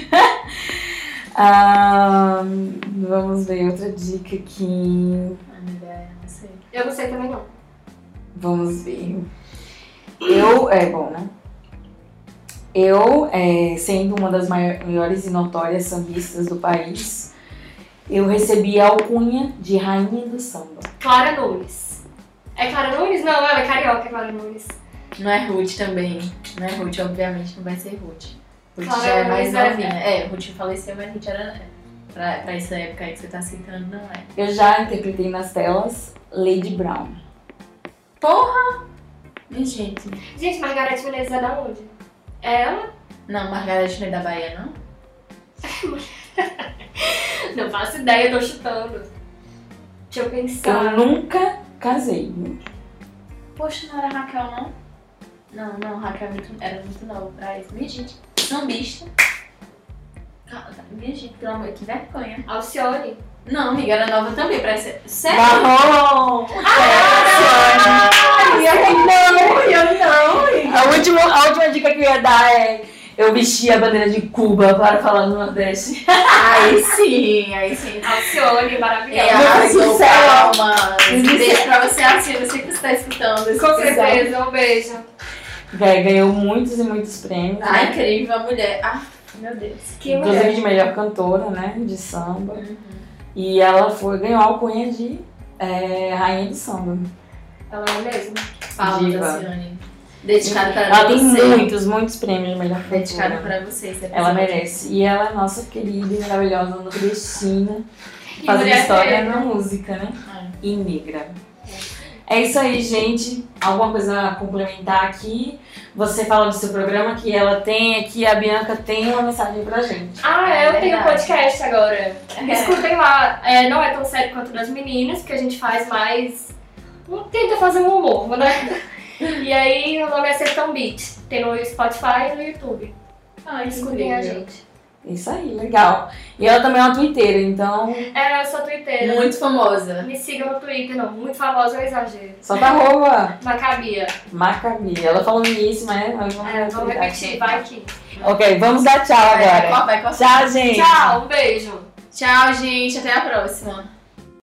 Speaker 3: Ah, vamos ver outra dica aqui.
Speaker 4: Ai, minha ideia, não sei.
Speaker 5: Eu não sei também não.
Speaker 3: Vamos ver. Eu, é bom, né? Eu, é, sendo uma das maiores e notórias sambistas do país, eu recebi a alcunha de Rainha do Samba.
Speaker 5: Clara Nunes. É Clara Nunes? Não, ela é carioca, é Clara Nunes.
Speaker 4: Não é Ruth também. Não é Ruth, obviamente, não vai ser Ruth. Ruth
Speaker 5: Clara
Speaker 4: já é mais
Speaker 5: Nunes é-
Speaker 4: novinha. É, Ruth faleceu, mas Ruth era. pra, pra essa época aí que você tá citando, não é.
Speaker 3: Eu já interpretei nas telas Lady Brown.
Speaker 4: Porra! Minha gente.
Speaker 5: Gente, Margareth Menezes é da onde? É ela?
Speaker 4: Não, Margareth não é da Bahia, não?
Speaker 5: Não faço ideia, eu tô chutando. Deixa eu pensar.
Speaker 3: Eu nunca casei. viu?
Speaker 4: Poxa, não era Raquel, não? Não, não, Raquel muito, era muito nova pra isso. Minha gente, sambista. Minha gente, pelo amor, que vergonha.
Speaker 5: Alcione.
Speaker 4: Não, amiga, era nova também, parece. Sério?
Speaker 3: Marrom!
Speaker 4: Ah,
Speaker 3: Não, eu não! A última, a última dica que eu ia dar é: eu vesti a bandeira de Cuba para falar no Nordeste.
Speaker 4: Aí sim, aí sim.
Speaker 5: Alcione,
Speaker 4: É,
Speaker 5: maravilhosa.
Speaker 4: arrasou,
Speaker 3: sincero.
Speaker 4: palmas. Beijo pra você, Alcione. Eu sei que você tá escutando esse
Speaker 5: Com
Speaker 4: episódio.
Speaker 5: certeza, um beijo.
Speaker 3: Véi, ganhou muitos e muitos prêmios.
Speaker 4: Ah,
Speaker 3: né?
Speaker 4: incrível, a mulher. Ah, meu Deus.
Speaker 5: Que
Speaker 3: Inclusive
Speaker 5: mulher.
Speaker 3: de melhor cantora, né? De samba.
Speaker 4: Uhum.
Speaker 3: E ela foi, ganhou a alcunha de é, rainha do samba.
Speaker 5: Ela é mesmo.
Speaker 4: Palmas,
Speaker 3: Diva.
Speaker 4: Alcione. Dedicado para
Speaker 3: Ela tem
Speaker 4: você.
Speaker 3: muitos, muitos prêmios de melhor
Speaker 4: Dedicado
Speaker 3: cantora.
Speaker 4: para você. esse
Speaker 3: Ela
Speaker 4: episódio.
Speaker 3: merece. E ela é nossa querida e maravilhosa nordestina.
Speaker 5: Que
Speaker 3: Fazendo
Speaker 5: mulher
Speaker 3: história
Speaker 5: feia.
Speaker 3: na música, né?
Speaker 4: Ah.
Speaker 3: E negra. É isso aí, gente. Alguma coisa a complementar aqui? Você fala do seu programa que ela tem aqui, a Bianca tem uma mensagem pra gente.
Speaker 5: Ah,
Speaker 4: É
Speaker 5: eu tenho
Speaker 4: verdade.
Speaker 5: podcast agora.
Speaker 4: É.
Speaker 5: Escutem lá. É, não é tão sério quanto das meninas, porque a gente faz mais. Tenta fazer um humor, né? E aí o nome é Sertão Beat. Tem no Spotify e no YouTube.
Speaker 4: Ai, que
Speaker 5: Escutem a
Speaker 4: incrível.
Speaker 5: gente.
Speaker 3: Isso aí, legal. E ela também é uma twitteira, então
Speaker 5: É, eu sou twitteira.
Speaker 4: Muito famosa.
Speaker 5: Me sigam no Twitter, não. Muito famosa é um exagero.
Speaker 3: solta arroba
Speaker 5: Macabia.
Speaker 3: Macabi. Ela falou no início, mas mas vamos,
Speaker 5: É, vamos repetir, vai aqui.
Speaker 3: Ok, vamos dar tchau
Speaker 4: Vai, vai,
Speaker 3: agora.
Speaker 4: vai, vai, vai.
Speaker 3: Tchau, gente.
Speaker 5: Tchau, um beijo.
Speaker 4: Tchau, gente. Até a próxima.